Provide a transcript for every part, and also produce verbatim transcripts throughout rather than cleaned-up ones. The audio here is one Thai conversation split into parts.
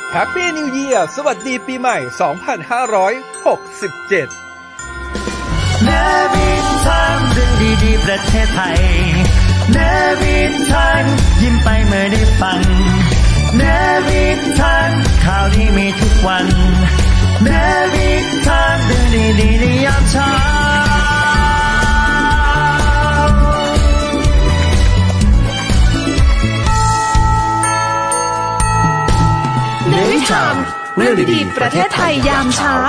Happy New Year สวัสดีปีใหม่สองพันห้าร้อยหกสิบเจ็ดเนวินทันเรื่องดีๆประเทศไทยเนวินทันยิ้มไปเมื่อได้ฟังเนวินทันข่าวดีมีทุกวันเนวินทันเรื่องดีๆในยามเช้าเนวินทันเรื่องดีๆประเทศไทยยามเช้า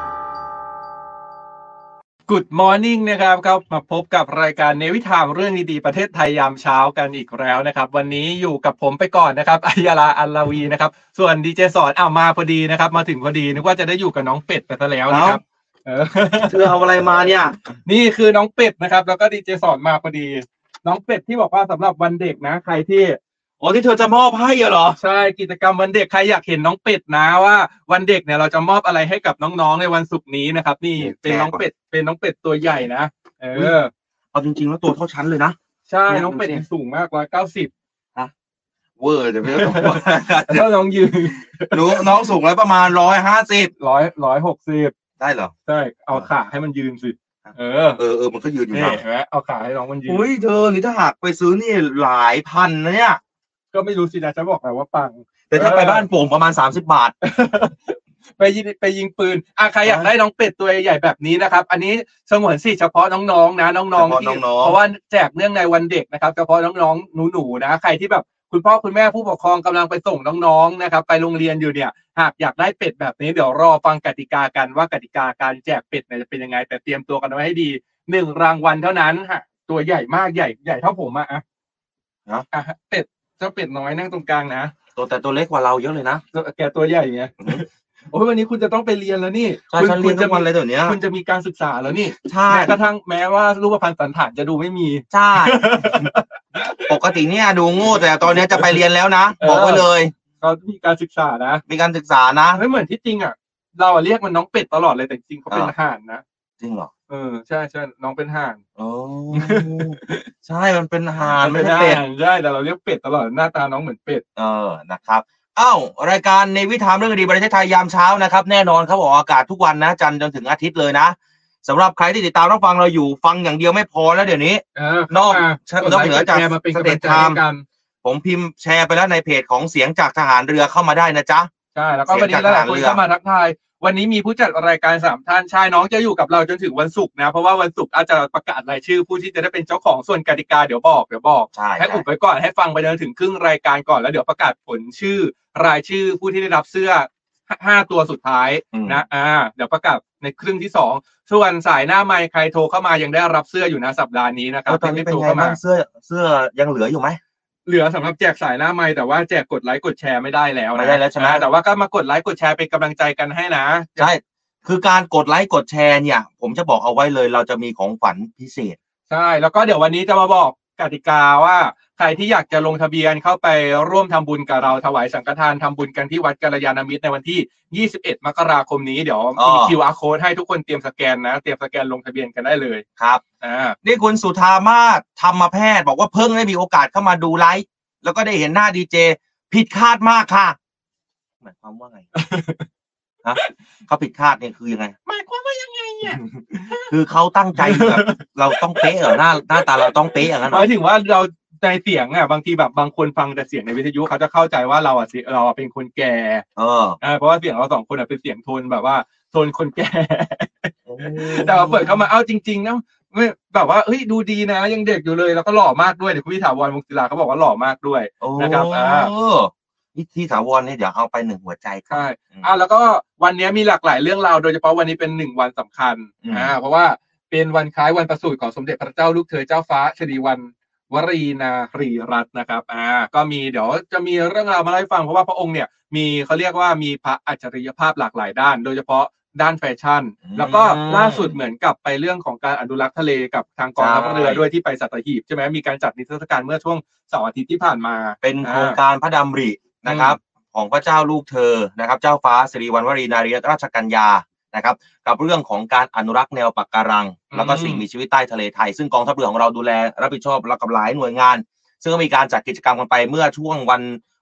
Good morning นะครับครับมาพบกับรายการเนวิทามเรื่องดีๆประเทศไทยยามเช้ากันอีกแล้วนะครับวันนี้อยู่กับผมไปก่อนนะครับอัยยาลาอัลลาวีนะครับส่วนดีเจสอนอ้าวมาพอดีนะครับมาถึงพอดีนึกว่าจะได้อยู่กับน้องเป็ดไปซะแล้วนะครับเออเธอเอาอะไรมาเนี่ยนี่คือน้องเป็ดนะครับแล้วก็ดีเจสอนมาพอดีน้องเป็ดที่บอกว่าสำหรับวันเด็กนะใครที่อ๋อที่เธอจะมอบให้เหรอใช่กิจกรรมวันเด็กใครอยากเห็นน้องเป็ดนะว่าวันเด็กเนี่ยเราจะมอบอะไรให้กับน้องๆในวันศุกร์นี้นะครับนี่เป็นน้องเป็ดเป็นน้องเป็ดตัวใหญ่นะเออเอาจริงๆแล้วตัวเท่าชั้นเลยนะใช่น้องเป็ดสูงมากร้อยเก้าสิบฮะเวอร์เดี๋ยวไม่ต้องแล้วน้องยืนรู้น้องสูงแล้วประมาณร้อยห้าสิบร้อยร้อยหกสิบได้เหรอใช่เอาขาให้มันยืนสิเออเออเออมันก็ยืนอยู่นะเห็นไหมเอาขาให้น้องมันยืนอุ้ยเธอนี่ถ้าหากไปซื้อนี่หลายพันนะเนี่ยก็ไม่รู้สินะจะบอกแต่ว่าปังแต่ถ้าไปบ้านโป่งประมาณสามสิบบาทไปยิงไปยิงปืนอ่ะใครอยากได้น้องเป็ดตัวใหญ่แบบนี้นะครับอันนี้สงวนสิเฉพาะน้องๆนะน้องๆที่เพราะว่าแจกเนื่องในวันเด็กนะครับเฉพาะน้องๆหนูๆนะใครที่แบบคุณพ่อคุณแม่ผู้ปกครองกำลังไปส่งน้องๆนะครับไปโรงเรียนอยู่เนี่ยหากอยากได้เป็ดแบบนี้เดี๋ยวรอฟังกติกากันว่ากติกาการแจกเป็ดเนี่ยจะเป็นยังไงแต่เตรียมตัวกันไว้ให้ดีหนึ่งรางวัลเท่านั้นฮะตัวใหญ่มากใหญ่ใหญ่เท่าผมอะอ่ะอ่ะเป็ดเจ้าเป็ดน้อยนั่งตรงกลางนะตัวแต่ตัวเล็กกว่าเราเยอะเลยนะแกตัวใหญ่ไงโอ้ยวันนี้คุณจะต้องไปเรียนแล้วนี่คุณคุณจะมีอะไรตัวเนี้ยคุณจะมีการศึกษาแล้วนี่ใช่แม้กระทั่งแม้ว่ารูปพรรณสันฐานจะดูไม่มีใช่ปกติเนี่ยดูโง่แต่ตอนนี้จะไปเรียนแล้วนะบอกไว้เลยเขามีการศึกษานะมีการศึกษานะไม่เหมือนที่จริงอ่ะเราเรียกมันน้องเป็ดตลอดเลยแต่จริงเขาเป็นห่านนะจริงเหรอเออใช่ใช่น้องเป็นห่านโอ้ใช่มันเป็นห่านไม่ใช่เป็ดใช่แต่เราเรียกเป็ดตลอดหน้าตาน้องเหมือนเป็ดเออนะครับอ้าวรายการในวิถีเรื่องดีประเทศไทยยามเช้านะครับแน่นอนครับออกอากาศทุกวันนะจันทร์จนถึงอาทิตย์เลยนะสำหรับใครที่ติดตามรับฟังเราอยู่ฟังอย่างเดียวไม่พอแล้วเดี๋ยวนี้นอกนอกเหนือจากสเตทไทม์ผมพิมพ์แชร์ไปแล้วในเพจของเสียงจากทหารเรือเข้ามาได้นะจ๊ะใช่แล้วก็วันนี้หลายคนเข้ามาทักทายวันนี้มีผู้จัดรายการสามท่านชายน้องจะอยู่กับเราจนถึงวันศุกร์นะเพราะว่าวันศุกร์อาจจะประกาศรายชื่อผู้ที่จะได้เป็นเจ้าของส่วนกติกาเดี๋ยวบอกเดี๋ยวบอกให้อุบไว้ก่อนให้ฟังไปจนถึงครึ่งรายการก่อนแล้วเดี๋ยวประกาศผลชื่อรายชื่อผู้ที่ได้รับเสื้อห้าตัวสุดท้ายนะอ่าเดี๋ยวประกาศในครึ่งที่สองส่วนสายหน้าไมค์ใครโทรเข้ามายังได้รับเสื้ออยู่นะสัปดาห์นี้นะครับตอนนี้เป็นไงบ้างเสื้อเสื้อยังเหลืออยู่ไหมเหลือสำหรับแจกสายหน้าไมค์แต่ว่าแจกกดไลค์กดแชร์ไม่ได้แล้วนะไม่ได้แล้วใช่ไหมแต่ว่าก็มากดไลค์กดแชร์เป็นกำลังใจกันให้นะใช่คือการกดไลค์กดแชร์เนี่ยผมจะบอกเอาไว้เลยเราจะมีของขวัญพิเศษใช่แล้วก็เดี๋ยววันนี้จะมาบอกกติกาว่าใครที่อยากจะลงทะเบียนเข้าไปร่วมทำบุญกับเราถวายสังฆทานทำบุญกันที่วัดกัลยาณมิตรในวันที่ยี่สิบเอ็ดมกราคมนี้เดี๋ยวมี คิว อาร์ code ให้ทุกคนเตรียมสแกนนะเตรียมสแกนลงทะเบียนกันได้เลยครับอ่านี่คุณสุธามาศธรรมแพทย์บอกว่าเพิ่งได้มีโอกาสเข้ามาดูไลฟ์แล้วก็ได้เห็นหน้าดีเจผิดคาดมากค่ะหมายความว่าไงฮะเขาผิดคาดเนี่ยคือยังไงหมายความว่ายังไงเนี่ยคือเขาตั้งใจแบบเราต้องเป๊ะเหรอหน้าหน้าตาเราต้องเป๊ะอย่างนั้นหมายถึงว่าเราในเสียงอ่ะบางทีแบบบางคนฟังแต่เสียงในวิทยุเขาจะเข้าใจว่าเราอ่ะเราเป็นคนแก่เออเพราะว่าเสียงเราสองคนอ่ะเป็นเสียงโทนแบบว่าโทนคนแก่แต่พอเปิดเข้ามาเอ้าจริงๆนะไม่แบบว่าเฮ้ยดูดีนะยังเด็กอยู่เลยแล้วก็หล่อมากด้วยเดี๋ยวคุณพี่ถาวรวงศิลาเขาบอกว่าหล่อมากด้วยนะครับอ่าที่ถาวรเนี่ยเดี๋ยวเอาไปหนึ่งหัวใจใช่อ่าแล้วก็วันนี้มีหลากหลายเรื่องราวโดยเฉพาะวันนี้เป็นหนึ่งวันสำคัญอ่าเพราะว่าเป็นวันคล้ายวันประสูติของสมเด็จพระเจ้าลูกเธอเจ้าฟ้าสิริวัณวรีนารีรัตน์นะครับอ่าก็มีเดี๋ยวจะมีเรื่องราวมาเล่าให้ฟังเพราะว่าพระองค์เนี่ยมีเขาเรียกว่ามีพระอัจฉริยภาพหลากหลายด้านโดยเฉพาะด้านแฟชั่นแล้วก็ล่าสุดเหมือนกับไปเรื่องของการอนุรักษ์ทะเลกับทางกองทัพเรือด้วยที่ไปสัตหีบใช่ไหมมีการจัดนิทรรศการเมื่อช่วงเสาร์อาทิตย์ที่ผ่านมาเป็นโครงการพระดำรินะครับของพระเจ้าลูกเธอนะครับเจ้าฟ้าสิริวัณวรีนารีรัตนราชกัญญานะครับกับเรื่องของการอนุรักษ์แนวปะการังแล้วก็สิ่งมีชีวิตใต้ทะเลไทยซึ่งกองทัพเรือของเราดูแลรับผิดชอบรับกับหลายหน่วยงานซึ่งก็มีการจัดกิจกรรมกันไปเมื่อช่วงวัน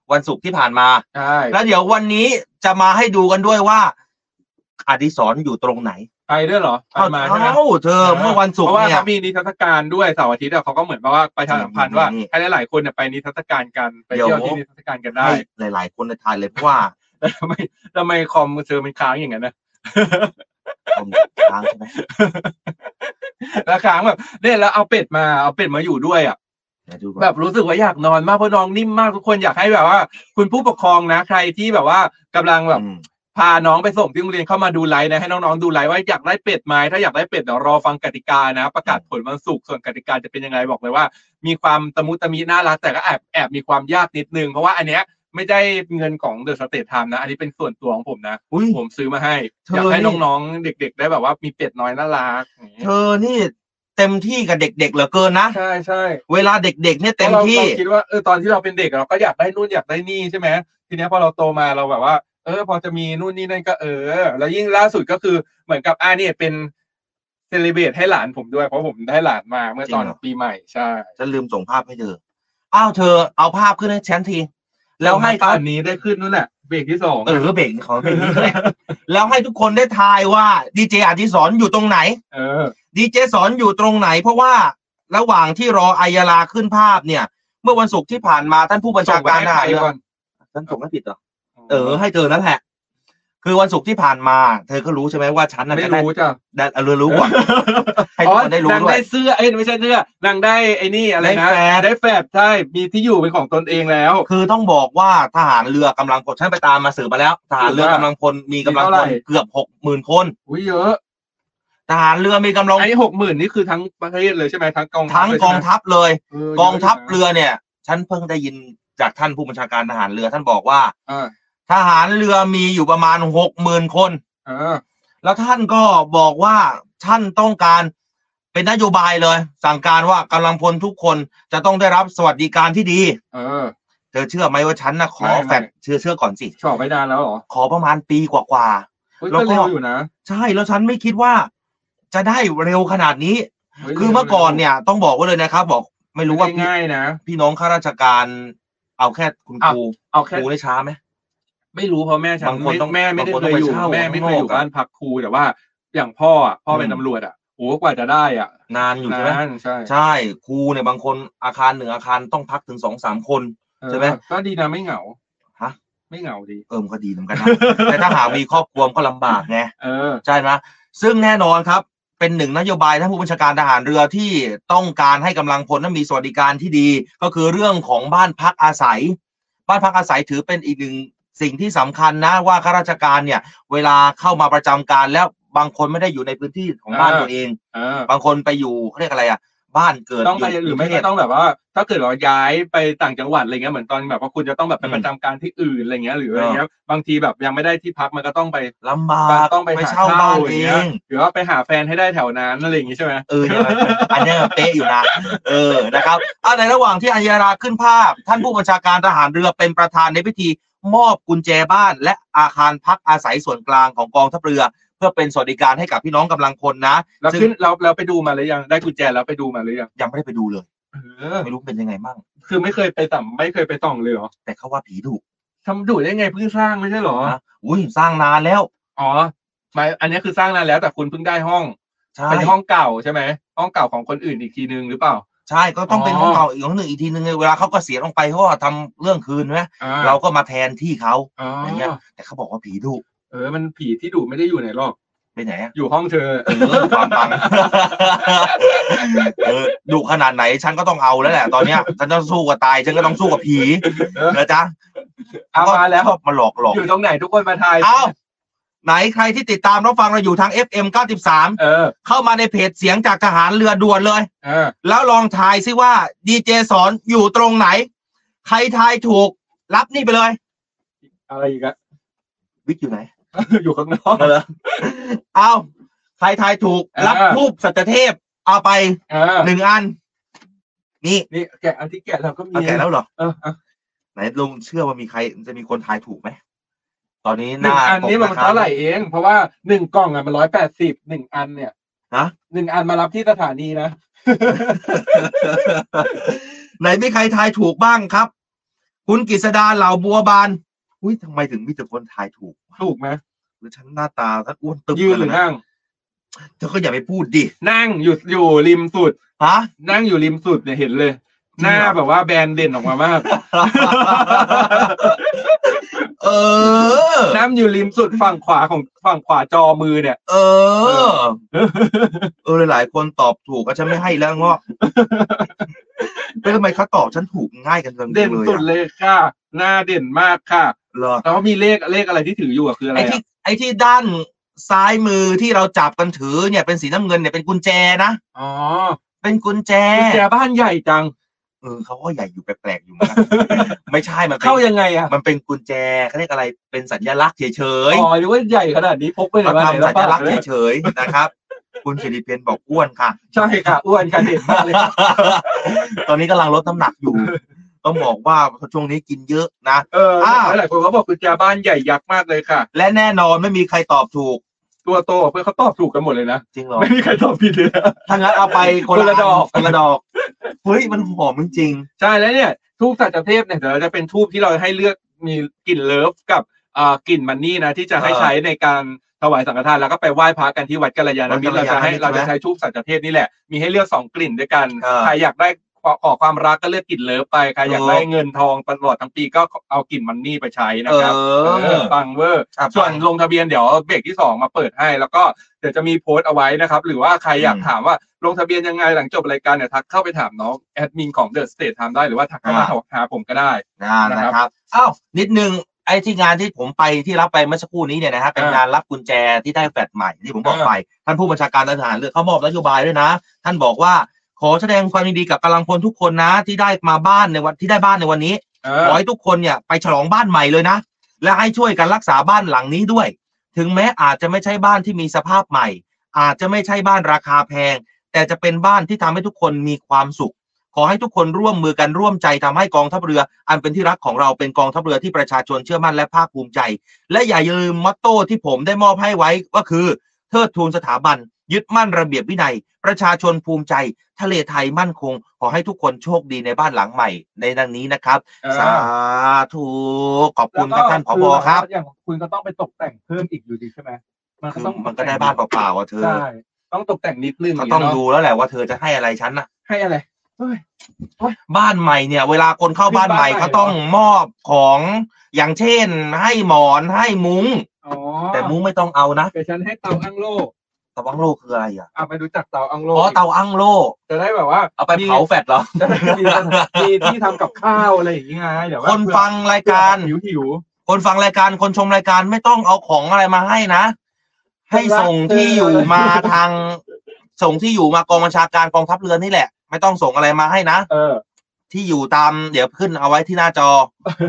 วันศุกร์ที่ผ่านมาใช่แล้วเดี๋ยววันนี้จะมาให้ดูกันด้วยว่าอดิศรอยู่ตรงไหนไปด้วยเหรอไปมาใช่ไหมเธอเมื่อวันศุกร์เนี่ยเพราะว่าเขามีนิทรรศการด้วยเสาร์อาทิตย์เขาก็เหมือนว่าประชาสัมพันธ์ว่าให้หลายๆคนไปนิทรรศการกันไปเที่ยวที่นิทรรศการกันได้หลายๆคนในไทยเลยเพราะว่าทำไมทำไมคอมเจอมันค้างอย่างนั้นนะค้างใช่ไหมแล้วค้างแบบเนี่ยแล้วเอาเป็ดมาเอาเป็ดมาอยู่ด้วยอ่ะแบบรู้สึกว่าอยากนอนมากเพราะน้องนิ่มมากทุกคนอยากให้แบบว่าคุณผู้ปกครองนะใครที่แบบว่ากำลังแบบพาน้องไปส่งที่โรงเรียนเข้ามาดูไลฟ์นะให้น้องๆดูไลฟ์ว่าอยากได้เป็ดไหมถ้าอยากได้เป็ดเดี๋ยวรอฟังกติกานะประกาศผลวันศุกร์ส่วนกติกาจะเป็นยังไงบอกเลยว่ามีความตะมุตะมิน่ารักแต่ก็แอบแอบมีความยากนิดนึงเพราะว่าอันเนี้ยไม่ได้เงินของเดอะสเตทไทม์นะอันนี้เป็นส่วนตัวของผมนะผมซื้อมาให้อยากให้น้องๆเด็กๆได้แบบว่ามีเป็ดน้อยน่ารักเธอนี่เต็มที่กับเด็กๆเหลือเกินนะใช่ใช่เวลาเด็กๆเนี่ยเต็มที่เราคิดว่าเออตอนที่เราเป็นเด็กเราก็อยากได้นู่นอยากได้นี่ใช่ไหมทีนี้พอเราโตมาเราแบบว่าเออพอจะมีนู่นนี่นั่นก็เออแล้วยิ่งล่าสุดก็คือเหมือนกับอ่านี่เป็นเซเลบรตให้หลานผมด้วยเพราะผมได้หลานมาเมื่อตอนปีใหม่ใช่ฉันลืมส่งภาพให้เธออ้าวเธอเอาภาพขึ้นให้ฉันทีแล้วให้ตอนนี้ได้ขึ้นนู่นแหละเบรกที่สองเออเบรกของเบรกนี้เลยแล้วให้ทุกคนได้ทายว่าดีเจอดิศรอยู่ตรงไหนเออดีเจสอนอยู่ตรงไหนเพราะว่าระหว่างที่รออัยราขึ้นภาพเนี่ยเมื่อวันศุกร์ที่ผ่านมาท่านผู้บัญชาการทหารเรือฉันส่งให้ผิดเหรอเออให้เธอนั่นแหละคือวันศุกร์ที่ผ่านมาเธอก็รู้ใช่ไหมว่าฉันไม่รู้จ้ะได้เออรู้ก่อนให้ทุกคนได้รู้ด้วยได้เสื้อเอ้ยไม่ใช่เสื้อนางได้ไอ้นี่อะไรนะได้แฟบใช่มีที่อยู่เป็นของตนเองแล้วคือต้องบอกว่าทหารเรือกำลังพลฉันไปตามมาสืบมาแล้วทหารเรือกำลังพลมีกำลังพลเกือบหกหมื่นคนอุ้ยเยอะทหารเรือมีกำลังไอ้หกหมื่นนี่คือทั้งประเทศเลยใช่ไหมทั้งกองทั้งกองทัพเลยกองทัพเรือเนี่ยฉันเพิ่งได้ยินจากท่านผู้บัญชาการทหารเรือท่านบอกว่าทหารเรือมีอยู่ประมาณหกหมื่นคนแล้วท่านก็บอกว่าท่านต้องการเป็นนโยบายเลยสั่งการว่ากำลังพลทุกคนจะต้องได้รับสวัสดิการที่ดีเออเธอเชื่อไหมว่าฉันนะขอแฟดเชื่อเชื่อก่อนสิชอบไปนานแล้วเหรอขอประมาณปีกว่าๆแล้วก็เร็วอยู่นะใช่แล้วฉันไม่คิดว่าจะได้เร็วขนาดนี้คือเมื่อก่อนเนี่ยต้องบอกไว้เลยนะครับบอกไม่รู้ว่าง่ายนะพี่น้องข้าราชการเอาแค่คุณครูเอาแค่ครูได้ช้าไหมไม่รู้เพราะแม่ฉันแม่ไม่ได้เคยอยู่แม่ไม่เคยอยู่บ้านพักครูแต่ว่าอย่างพ่ออ่ะพ่อเป็นตำรวจอ่ะโอ้กว่าจะได้อ่ะนานอยู่ใช่ไหมใช่ใช่ครูเนี่ยบางคนอาคารหนึ่งอาคารต้องพักถึงสองสามคนใช่ไหมก็ดีนะไม่เหงาฮะไม่เหงาดีเออมันก็ดีเหมือนกันนะแต่ถ้าหากมีครอบครัวก็ลำบากไงเออใช่ไหมซึ่งแน่นอนครับเป็นหนึ่งนโยบายท่านผู้บัญชาการทหารเรือที่ต้องการให้กำลังพลนั้นมีสวัสดิการที่ดีก็คือเรื่องของบ้านพักอาศัยบ้านพักอาศัยถือเป็นอีกหนึ่งสิ่งที่สำคัญนะว่าข้าราชการเนี่ยเวลาเข้ามาประจำการแล้วบางคนไม่ได้อยู่ในพื้นที่ของบ้านตัวเองบางคนไปอยู่เขาเรียกอะไรอ่ะบ้านเกิดต้องไปหรือไม่ก็ต้องแบบว่าถ้าเกิดเราย้ายไปต่างจังหวัดอะไรเงี้ยเหมือนตอนแบบว่าคุณจะต้องแบบไปประจำการที่อื่นอะไรเงี้ยหรืออะไรเงี้ยบางทีแบบยังไม่ได้ที่พักมันก็ต้องไปลำบากต้องไปหาเช่าบ้านเองหรือว่าไปหาแฟนให้ได้แถวนั้นอะไรอย่างงี้ใช่ไหมเอออันนี้เป๊ะอยู่นะเออนะครับเอาในระหว่างที่อัญญาราขึ้นภาพท่านผู้บัญชาการทหารเรือเป็นประธานในพิธีมอบกุญแจบ้านและอาคารพักอาศัยส่วนกลางของกองทัพเรือเพื่อเป็นสวัสดิการให้กับพี่น้องกำลังพลนะเราขึ้นเราเราไปดูมาหรือยังได้กุญแจแล้วไปดูมาหรือยังยังไม่ได้ไปดูเลยไม่รู้เป็นยังไงบ้างคือไม่เคยไปต่ำไม่เคยไปส่องเลยเหรอแต่เขาว่าผีดุทำดุได้ไงเพิ่งสร้างไม่ใช่หรออุ้ยสร้างนานแล้วอ๋อหมายอันนี้คือสร้างนานแล้วแต่คุณเพิ่งได้ห้องเป็นห้องเก่าใช่ไหมห้องเก่าของคนอื่นอีกทีนึงหรือเปล่าใช่ก็ต้องเป็นห้องเก่าอีกห้องหนึ่งอีกทีนึงเวลาเขาก็เสียลงไปเขาทำเรื่องคืนไหมเราก็มาแทนที่เขาอย่างเงี้ยแต่เขาบอกว่าผีดุเออมันผีที่ดุไม่ได้อยู่ไหนหรอกไปไหนอยู่ห้องเธอเออความปังเออดุขนาดไหนฉันก็ต้องเอาแล้วแหละตอนเนี้ยฉันต้องสู้กับตายฉันก็ต้องสู้กับผีนะจ๊ะเอามาแล้วมาหลอกหลอกอยู่ตรงไหนทุกคนมาทายเอ้าไหนใครที่ติดตามรับฟังเราอยู่ทาง เอฟ เอ็ม เก้าสิบสามเออเข้ามาในเพจเสียงจากทหารเรือด่วนเลยเออแล้วลองทายซิว่าดีเจสอนอยู่ตรงไหนใครทายถูกรับนี่ไปเลยอะไรอีกอะวิกอยู่ไหนอยู่ข้างนอกเหรอเอาใครทายถูกรับทูบสัจเทพเอาไปหนึ่งอันนี่นี่แกะอันที่แกะเราก็มีแกะแล้วเหรอเออไหนลุงเชื่อว่ามีใครจะมีคนทายถูกไหมตอนนี้หนึ่งอันนี้มันเท่าไหร่เองเพราะว่าหนึ่งกล่องอ่ะมันร้อยแปดสิบหนึ่งอันเนี่ยฮะหนึ่งอันมารับที่สถานีนะไหนมีใครทายถูกบ้างครับคุณกฤษดาเหล่าบัวบานอุ้ยทำไมถึงมีแต่คนทายถูกถูกไหมหรือฉันหน้าตาท่านอ้วนตึ๊บยืนหรือนั่งเธอก็อย่าไปพูดดินั่งอยู่อยู่ริมสุดฮะนั่งอยู่ริมสุดเนี่ยเห็นเลยหน้าแบบว่าแบนเด่นออกมามากเออน้ำอยู่ริมสุดฝั่งขวาของฝั่งขวาจอมือเนี่ยเออเออหลายคนตอบถูกก็ฉันไม่ให้แล้วง้อเป็นทำไมเขาตอบฉันถูกง่ายกันจังเลยเด่นสุดเลยค่ะหน้าเด่นมากค่ะเหรอแล้วมีเลขเลขอะไรที่ถืออยู่อะคืออะไรไอ้ที่ไอ้ที่ด้านซ้ายมือที่เราจับกันถือเนี่ยเป็นสีน้ำเงินเนี่ยเป็นกุญแจนะอ๋อเป็นกุญแจกุญแจบ้านใหญ่จังเออเขาก็ใหญ่อยู่แปลกๆอยู่นะไม่ใช่มันเข้ายังไงอะมันเป็นกุญแจเขาเรียกอะไรเป็นสัญลักษณ์เฉยๆอ๋อหรือว่าใหญ่ขนาดนี้พกไปไหนมาทำสัญลักษณ์เฉยๆนะครับคุณสิริเพนบอกอ้วนค่ะใช่ค่ะอ้วนค่ะเด่นมากเลยตอนนี้กำลังลดน้ำหนักอยู่ต้องบอกว่าช่วงนี้กินเยอะนะเออหลายคนเขาบอกกุญแจบ้านใหญ่ยักษ์มากเลยค่ะและแน่นอนไม่มีใครตอบถูกตัวโตเพื่อนเขาตอบถูกกันหมดเลยนะจริงเหรอไม่มีใครตอบผิดเลยถ้างั้นเอาไปคนละดอกคนละดอกเฮ้ยมันหอมจริงใช่แล้วเนี่ยทูบสัจเทพเนี่ยเดี๋ยวเราจะเป็นทูบที่เราให้เลือกมีกลิ่นเลิฟกับอ่ากลิ่นมันนี่นะที่จะให้ใช้ในการถวายสังฆทานแล้วก็ไปไหว้พระกันที่วัดกัลยาณมิตรเราจะให้เราจะใช้ทูบสัจเทพนี่แหละมีให้เลือกสองกลิ่นด้วยกันใครอยากได้ขอความรักก็เลือกกลิ่นเลิฟไปใครอยากได้เงินทองตลอดทั้งปีก็เอากลิ่นมันนี่ไปใช้นะครับฟังเวอร์ส่วนลงทะเบียนเดี๋ยวเบรกที่สองมาเปิดให้แล้วก็เดี๋ยวจะมีโพสต์เอาไว้นะครับหรือว่าใครอยากถามว่าลงทะเบียนยังไงหลังจบรายการเนี่ยทักเข้าไปถามน้องแอดมินของ The State ทำได้หรือว่าทักเข้ามาหาผมก็ได้นะครับอ้าวนิดนึงไอ้ที่งานที่ผมไปที่รับไปเมื่อสักครู่นี้เนี่ยนะฮะเป็นงานรับกุญแจที่ได้แฟลตใหม่ที่ผมบอกไปท่านผู้บัญชาการทหารเรือเขามอบนโยบายด้วยนะท่านบอกว่าขอแสดงความยินดีกับกำลังพลทุกคนนะที่ได้มาบ้านในวันที่ได้บ้านในวันนี้ขอให้ทุกคนเนี่ยไปฉลองบ้านใหม่เลยนะและให้ช่วยกันรักษาบ้านหลังนี้ด้วยถึงแม้อาจจะไม่ใช่บ้านที่มีสภาพใหม่อาจจะไม่ใช่บ้านราคาแพงแต่จะเป็นบ้านที่ทำให้ทุกคนมีความสุขขอให้ทุกคนร่วมมือกันร่วมใจทำให้กองทัพเรืออันเป็นที่รักของเราเป็นกองทัพเรือที่ประชาชนเชื่อมั่นและภาคภูมิใจและอย่าลืมมอตโต้ที่ผมได้มอบให้ไว้ก็คือเทิดทูนสถาบันยึดมั่นระเบียบวินัยประชาชนภูมิใจทะเลไทยมั่นคงขอให้ทุกคนโชคดีในบ้านหลังใหม่ในดังนี้นะครับสาธุขอบคุณครับท่านผบ.ครับอย่างคุณก็ต้องไปตกแต่งเพิ่มอีกอยู่ดีใช่ไหมมันก็ต้องมันก็ได้บ้านเปล่าๆอ่ะเธอใช่ต้องตกแต่งนิดนึงก็ต้องดูแล้วแหละว่าเธอจะให้อะไรฉันนะให้อะไรบ้านใหม่เนี่ยเวลาคนเข้าบ้านใหม่เขาต้องมอบของอย่างเช่นให้หมอนให้มุ้งแต่มุ้งไม่ต้องเอานะแต่ฉันให้เตาอั้งโล่เตาอั้งโล่คืออะไรอ่ะเอาไปดูจักเตาอั้งโล่อ๋อเตาอั้งโล่จะได้แบบว่าเอาไปเผาแฟตเหรอมีที่ทำกับข้าวอะไรอย่างเงี้ยเดี๋ยวคนฟังรายการหิวหิวคนฟังรายการคนชมรายการไม่ต้องเอาของอะไรมาให้นะให้ส่งที่อยู่มาทางส่งที่อยู่มากองบัญชาการกองทัพเรือนี่แหละไม่ต้องส่งอะไรมาให้นะเออที่อยู่ตามเดี๋ยวขึ้นเอาไว้ที่หน้าจอ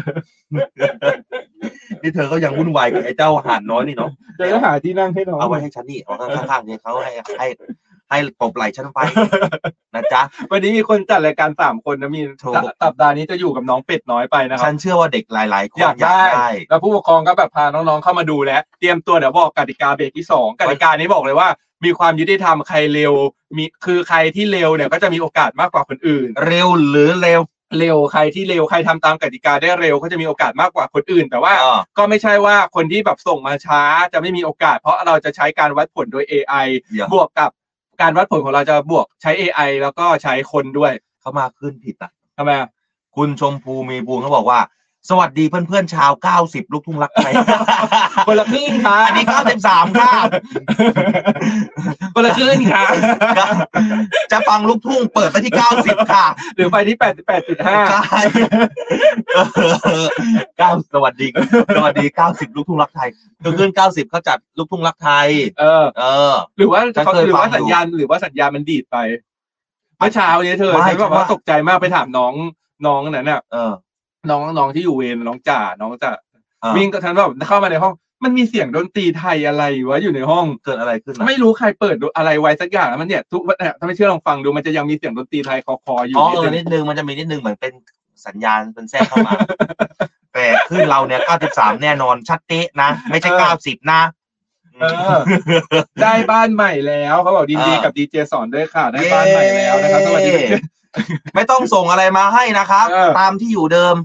นี่เธอก็ยังวุ่นวายกับไอ้เจ้าห่านน้อยนี่เนาะเดี๋ยวหาที่นั่งให้น้องเอาไว้ให้ฉันนี่เอาข้างๆเนี่ยเขาให้ให้ให้ปบไหล่ฉันไปนะจ๊ะวันนี้มีคนจัดรายการสามคนนะมีสัปดาห์นี้จะอยู่กับน้องเป็ดน้อยไปนะครับฉันเชื่อว่าเด็กหลายๆคนอยากได้แล้วผู้ปกครองก็แบบพาน้องๆเข้ามาดูแล้วเตรียมตัวเดี๋ยวบอกกติกาเบรกที่สองกติกานี้บอกเลยว่ามีความยุติธรรมใครเร็วมีคือใครที่เร็วเนี่ยก็จะมีโอกาสมากกว่าคนอื่นเร็วหรือเร็วเร็วใครที่เร็วใครทำตามกติกาได้เร็วก็จะมีโอกาสมากกว่าคนอื่นแต่ว่าก็ไม่ใช่ว่าคนที่แบบส่งมาช้าจะไม่มีโอกาสเพราะเราจะใช้การวัดผลโดย เอ ไอ บวกกับการวัดผลของเราจะบวกใช้ เอ ไอ แล้วก็ใช้คนด้วยเขามาขึ้นผิดอ่ะทำไมคุณชมพูมีบูนเขาบอกว่าสวัสดีเพื่อนๆชาวเก้าสิบลูกทุ่งรักไทยคนละครึ่งค่ะอันนี้เก้าสิบสามค่ะคนละครึ่งค่ะจะฟังลูกทุ่งเปิดไปที่เก้าสิบค่ะหรือไปที่ แปดสิบแปดจุดห้าใช่เก้าสวัสดีสวัสดีเก้าสิบลูกทุ่งรักไทยคือขึ้นเก้าสิบเขาจัดลูกทุ่งรักไทยเออเออหรือว่าเขาหรือว่าสัญญาณหรือว่าสัญญาณมันดีดไปเมื่อเช้านี้เธอฉันแบบว่าตกใจมากไปถามน้องน้องนั่นน่ะเออน้องน้องที่อยู่เวรน้องจ่าน้องจ่าวิ่งก็ทันแบบเข้ามาในห้องมันมีเสียงดนตรีไทยอะไรวะอยู่ในห้องเกิดอะไรขึ้นไม่รู้ใครเปิดอะไรไว้สักอย่างแล้วมันเนี่ยทุกเนี่ยถ้าไม่เชื่อลองฟังดูมันจะยังมีเสียงดนตรีไทยคอๆอยู่นิดนึงมันจะมีนิดนึงเหมือนเป็นสัญญาณเป็นแทรกเข้ามาแต่ขึ้นเราเนี่ยเก้าสิบสามแน่นอนชัดเป๊ะนะไม่ใช่เก้าสิบนะได้บ้านใหม่แล้วเขาบอกดีๆกับดีเจสอนด้วยค่ะได้บ้านใหม่แล้วนะครับสวัสดีไม่ต้องส่งอะไรมาให้นะครับตามที่อยู่เดิม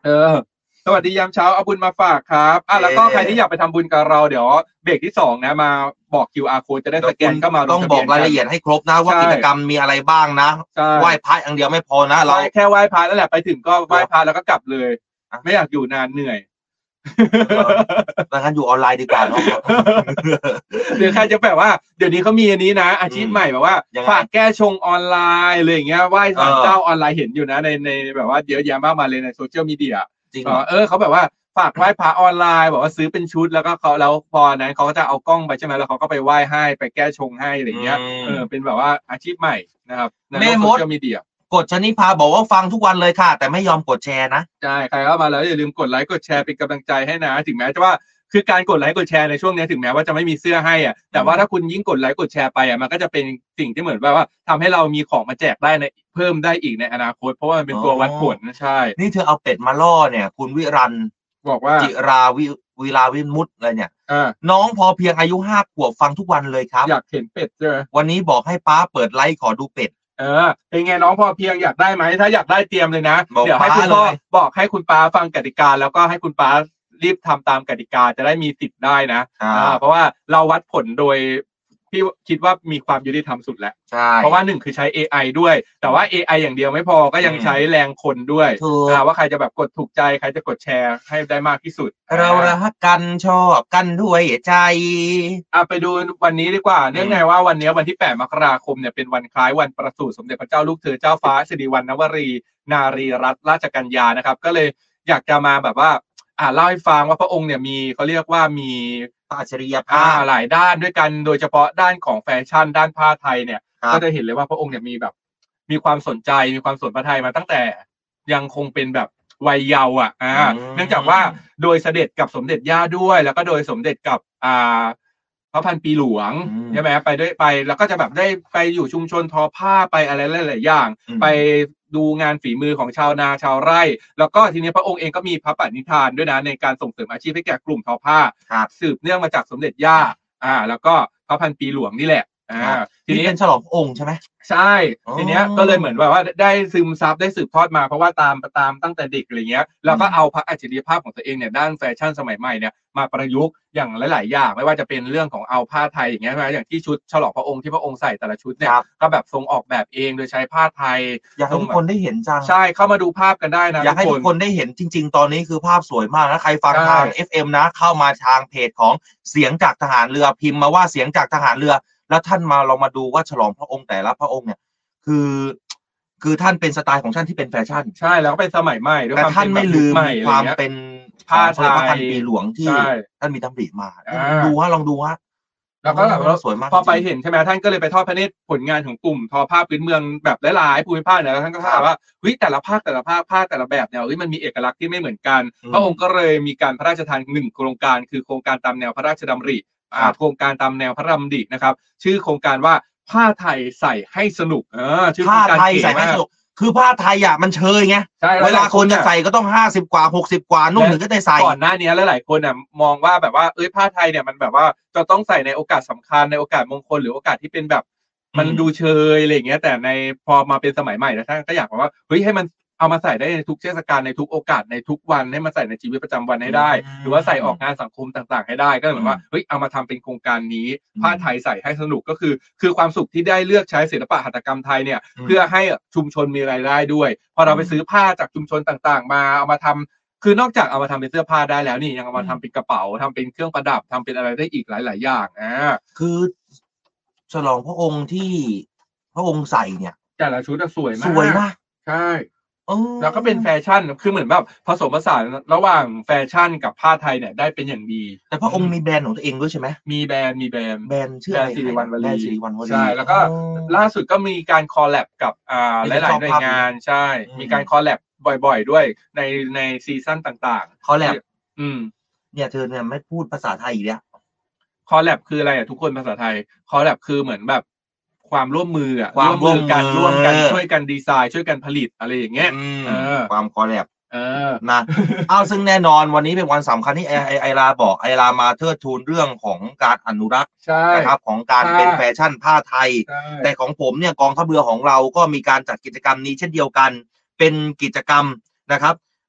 เออสวัสดียามเช้าเอาบุญมาฝากครับอ่ะแล้วก็ใครที่อยากไปทำบุญกับเราเดี๋ยวเบรกที่สองนะมาบอก คิว อาร์ code จะได้สแกนก็มาต้องบอกรายละเอียดให้ครบนะว่ากิจกรรมมีอะไรบ้างนะไหว้พระอย่างเดียวไม่พอนะเราแค่ไหว้พระนั่นแหละไปถึงก็ไหว้พระแล้วก็กลับเลยไม่อยากอยู่นานเหนื่อยดังนั้นอยู่ออนไลน์ดีกว่าเนาะหรือใครจะแบบว่าเดี๋ยวนี้เขามีอันนี้นะอาชีพใหม่แบบว่าฝากแก้ชงออนไลน์อะไรอย่างเงี้ยไหว้ศาลเจ้าออนไลน์เห็นอยู่นะในในแบบว่าเยอะแยะมากมายเลยในโซเชียลมีเดียจริงเออเขาแบบว่าฝากไหว้พระออนไลน์บอกว่าซื้อเป็นชุดแล้วก็เขาแล้วพอนั้นเขาก็จะเอากล้องไปใช่ไหมแล้วเขาก็ไปไหว้ให้ไปแก้ชงให้อะไรเงี้ยเออเป็นแบบว่าอาชีพใหม่นะครับในโซเชียลมีเดียกดชนิพาบอกว่าฟังทุกวันเลยค่ะแต่ไม่ยอมกดแชร์นะใช่ใครเข้ามาแล้วอย่าลืมกดไลค์กดแชร์เป็นกำลังใจให้นะถึงแม้จะว่าคือการกดไลค์กดแชร์ในช่วงนี้ถึงแม้ว่าจะไม่มีเสื้อให้อ่ะแต่ว่าถ้าคุณยิ่งกดไลค์กดแชร์ไปอ่ะมันก็จะเป็นสิ่งที่เหมือนว่าทำให้เรามีของมาแจกได้ในเพิ่มได้อีกในอนาคตเพราะว่ามันเป็นตัววัดผลนะใช่นี่เธอเอาเป็ดมาล่อเนี่ยคุณวิรันบอกว่าจิราวิวิลาวิมุตอะไรเนี่ยน้องพอเพียงอายุห้าขวบฟังทุกวันเลยครับอยากเห็นเป็ดใช่ไหมวันนี้บอกให้ป้าเปิดไลค์ขอดูเป็ดเออเป็นไงน้องพอเพียงอยากได้ไหมถ้าอยากได้เตรียมเลยนะเดี๋ยวให้คุณพ่อบอกให้คุณป้าฟังกติกาแล้วก็ให้คุณป้ารีบทำตามกติกาจะได้มีสิทธิ์ได้นะเพราะว่าเราวัดผลโดยที่คิดว่ามีความยุติธรรมสุดแล้วเพราะว่าหนึ่งคือใช้ เอ ไอ ด้วยแต่ว่า เอ ไอ อย่างเดียวไม่พอก็ยังใช้แรงคนด้วยว่าใครจะแบบกดถูกใจใครจะกดแชร์ให้ได้มากที่สุดเรารักกันชอบกันด้วยใจอ่ะไปดูวันนี้ดีกว่าเนื่องในว่าวันนี้วันที่แปดมกราคมเนี่ยเป็นวันคล้ายวันประสูติสมเด็จพระเจ้าลูกเธอเจ้าฟ้าสิริวัณณวรีนารีรัตนราชกัญญานะครับก็เลยอยากจะมาแบบว่าอ่าเล่าให้ฟังว่าพระองค์เนี่ยมีเขาเรียกว่ามีอัจฉริยภาพหลายด้านด้วยกันโดยเฉพาะด้านของแฟชั่นด้านผ้าไทยเนี่ยก็จะเห็นเลยว่าพระองค์เนี่ยมีแบบมีความสนใจมีความสนพระไทยมาตั้งแต่ยังคงเป็นแบบวัยเยาว์อ่ะอ่าเนื่องจากว่าโดยเสด็จกับสมเด็จย่าด้วยแล้วก็โดยสมเด็จกับอ่าพระพันปีหลวงใช่ไหมไปด้วยไปแล้วก็จะแบบได้ไปอยู่ชุมชนทอผ้าไปอะไรหลายๆอย่างไปดูงานฝีมือของชาวนาชาวไร่แล้วก็ทีนี้พระองค์เองก็มีพระปณิธานด้วยนะในการส่งเสริมอาชีพให้แก่กลุ่มทอผ้าสืบเนื่องมาจากสมเด็จย่าอ่าแล้วก็พระพันปีหลวงนี่แหละอ่าทีนี้เป็นฉลองพระองค์ใช่ไหมใช่ทีเนี้ยก็เลยเหมือนแบบว่าได้ซึมซับได้สืบทอดมาเพราะว่าตามตามตั้งแต่เด็กอะไรเงี้ยแล้วก็เอาพระอัจฉริยภาพของตัวเองเนี่ยด้านแฟชั่นสมัยใหม่เนี่ยมาประยุกต์อย่างหลายๆอย่างไม่ว่าจะเป็นเรื่องของเอาผ้าไทยอย่างเงี้ยนะอย่างที่ชุดฉลองพระองค์ที่พระองค์ใส่แต่ละชุดเนี่ยก็แบบทรงออกแบบเองโดยใช้ผ้าไทยอยากให้ทุกคนได้เห็นจังใช่เข้ามาดูภาพกันได้นะอยากให้ทุกคนได้เห็นจริงๆตอนนี้คือภาพสวยมากนะใครฟังทาง เอฟ เอ็ม นะเข้ามาทางเพจของเสียงจากทหารเรือพิมพ์มาว่าเสียงจากทหารเรือแล้วท่านมาเรามาดูว่าฉลองพระองค์แต่ละพระองค์เนี่ยคือคือท่านเป็นสไตล์ของท่านที่เป็นแฟชั่นใช่แล้วก็เป็นสมัยใหม่ด้วยแต่ท่านไม่ลืมความเป็นผ้าไทยพระพันปีหลวงที่ท่านมีตำริมาดูฮะลองดูฮะแล้วก็แบบสวยมากพอไปเห็นใช่ไหมท่านก็เลยไปทอดพระเนตรผลงานของกลุ่มทอผ้าพื้นเมืองแบบหลายๆภูมิภาคเนี่ยท่านก็ถามว่าเฮ้ยแต่ละภาคแต่ละภาคภาคแต่ละแบบเนี่ยเฮ้ยมันมีเอกลักษณ์ที่ไม่เหมือนกันพระองค์ก็เลยมีการพระราชทานหนึ่งโครงการคือโครงการตามแนวพระราชดำริโครงการตามแนวพระดำรินะครับชื่อโครงการว่าผ้าไทยใส่ให้สนุกเออชื่อผ้าไทยใส่ให้สนุกคือผ้าไทยอ่ะมันเชยไงเวลาคนจะใส่ก็ต้องห้าสิบกว่าหกสิบกว่านุ่งถึงก็ได้ใส่ก่อนหน้านี้หลายๆคนอ่ะมองว่าแบบว่าเอ้ยผ้าไทยเนี่ยมันแบบว่าจะต้องใส่ในโอกาสสำคัญในโอกาสมงคลหรือโอกาสที่เป็นแบบมันดูเชยอะไรอย่างเงี้ยแต่ในพอมาเป็นสมัยใหม่นะท่านก็อยากว่าเฮ้ยให้มันเอามาใส่ได้ในทุกเทศกาลในทุกโอกาสในทุกวันให้มาใส่ในชีวิตประจำวันให้ได้หรือว่าใส่ออกงานสังคมต่างๆให้ได้ก็เหมือนว่าเฮ้ยเอามาทำเป็นโครงการนี้ผ้าไทยใส่ให้สนุกก็คือคือความสุขที่ได้เลือกใช้ศิลปะหัตถกรรมไทยเนี่ยเพื่อให้ชุมชนมีรายได้ด้วยพอเราไปซื้อผ้าจากชุมชนต่างๆมาเอามาทำคือนอกจากเอามาทำเป็นเสื้อผ้าได้แล้วนี่ยังเอามาทำเป็นกระเป๋าทำเป็นเครื่องประดับทำเป็นอะไรได้อีกหลายๆอย่างอ่าคือฉลองพระองค์ที่พระองค์ใส่เนี่ยแต่ละชุดสวยมากสวยนะใช่แล้วก็เป็นแฟชั่นคือเหมือนแบบผสมผสานระหว่างแฟชั่นกับผ้าไทยเนี่ยได้เป็นอย่างดีแต่พระองค์มีแบรนด์ของตัวเองด้วยใช่ไหมมีแบรนด์มีแบรนด์แบรนด์ชื่ออะไรสิริวัณวลีสิริวัณวลีใช่แล้วก็ล่าสุดก็มีการคอลแลบกับอ่าหลายๆหน่วยงานใช่มีการคอลแลบบ่อยๆด้วยในในซีซั่นต่างๆคอลแลบอืมเนี่ยเธอเนี่ยไม่พูดภาษาไทยอีกแล้วคอลแลบคืออะไรอ่ะทุกคนภาษาไทยคอลแลบคือเหมือนแบบความร่วมมืออ่ะร่วมมือกันร่วมกันช่วยกันดีไซน์ช่วยกันผลิตอะไรอย่างเงี้ยความคอลแลบนะเอาซึ่งแน่นอนวันนี้เป็นวันสำคัญที่ไอไอไอลาบอกไอลามาเทิดทูนเรื่องของการอนุรักษ์นะครับของการเป็นแฟชั่นผ้าไทยแต่ของผมเนี่ยกองทัพเรือของเราก็มีการจัดกิจกรรมนี้เช่นเดียวกันเป็นกิจกรรมนะครับ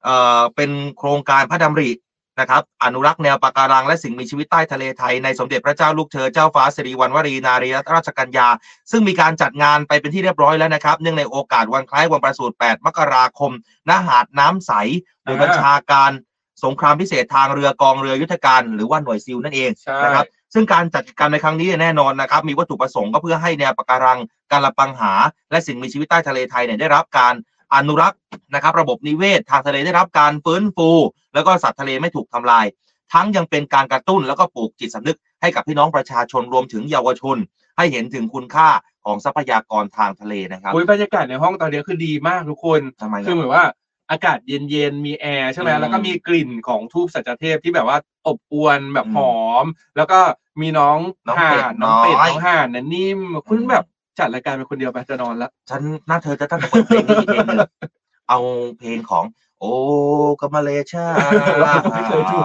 เอ่อเป็นโครงการพระดำรินะครับอนุรักษ์แนวปะการังและสิ่งมีชีวิตใต้ทะเลไทยในสมเด็จพระเจ้าลูกเธอเจ้าฟ้าสิริวัณวรีนารีรัตนราชกัญญาซึ่งมีการจัดงานไปเป็นที่เรียบร้อยแล้วนะครับเนื่องในโอกาสวันคล้ายวันประสูติแปดมกราคมณหาดน้ำใสโดยบัญชาการสงครามพิเศษทางเรือกองเรือยุทธการหรือว่าหน่วยซิลนั่นเองนะครับซึ่งการจัดกิจกรรมในครั้งนี้แน่นอนนะครับมีวัตถุประสงค์ก็เพื่อให้แนวปะการังการละปังหาและสิ่งมีชีวิตใต้ทะเลไทยเนี่ยได้รับการอนุรักษ์นะครับระบบนิเวศทางทะเลได้รับการฟื้นฟูแล้วก็สัตว์ทะเลไม่ถูกทำลายทั้งยังเป็นการกระตุ้นแล้วก็ปลูกจิตสำนึกให้กับพี่น้องประชาชนรวมถึงเยาวชนให้เห็นถึงคุณค่าของทรัพยากรทางทะเลนะครับบรรยากาศในห้องตอนนี้คือดีมากทุกคนคือเหมือนว่าอากาศเย็นๆมีแอร์ใช่ไหมแล้วก็มีกลิ่นของทูบสัจเทพที่แบบว่าอบอวลแบบหอมแล้วก็มีน้องห่านน้องเป็ดน้องห่านน่ะนิ่มคุณแบบจัดรายการเป็นคนเดียวไปจะนอนแล้วฉันน่าเธอจะตั้งแต่เปิดเพลงนี้เพลงนึงเอาเพลงของโอ้กามาเลชาไม่เคยถูก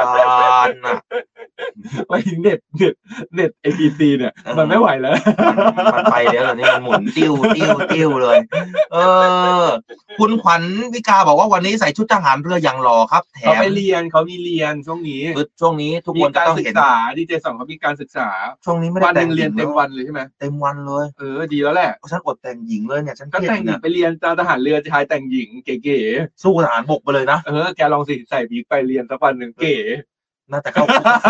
ไปเน็ตเน็ตเน็ตเอพีซีเนี่ยมันไม่ไหวแล้วมันไปแล้วตอนนี้มันหมุนติ้วติ้วติ้วเลยเออคุณขวัญวิกาบอกว่าวันนี้ใส่ชุดทหารเรืออย่างหล่อครับแถมเขาไปเรียนเขามีเรียนช่วงนี้ช่วงนี้ทุกคนจะต้องศึกษาดีเจสองเขามีการศึกษาช่วงนี้ไม่ได้แต่งเรียนเต็มวันเลยใช่ไหมเต็มวันเลยเออดีแล้วแหละฉันอดแต่งหญิงเลยเนี่ยฉันก็แต่งหญิงไปเรียนทหารเรือชายแต่งหญิงเก๋ๆสู้ทหารบกไปเลยนะเออแกลองสิใส่บีไปเรียนสักวันหนึ่งเก๋น่าจะเข้า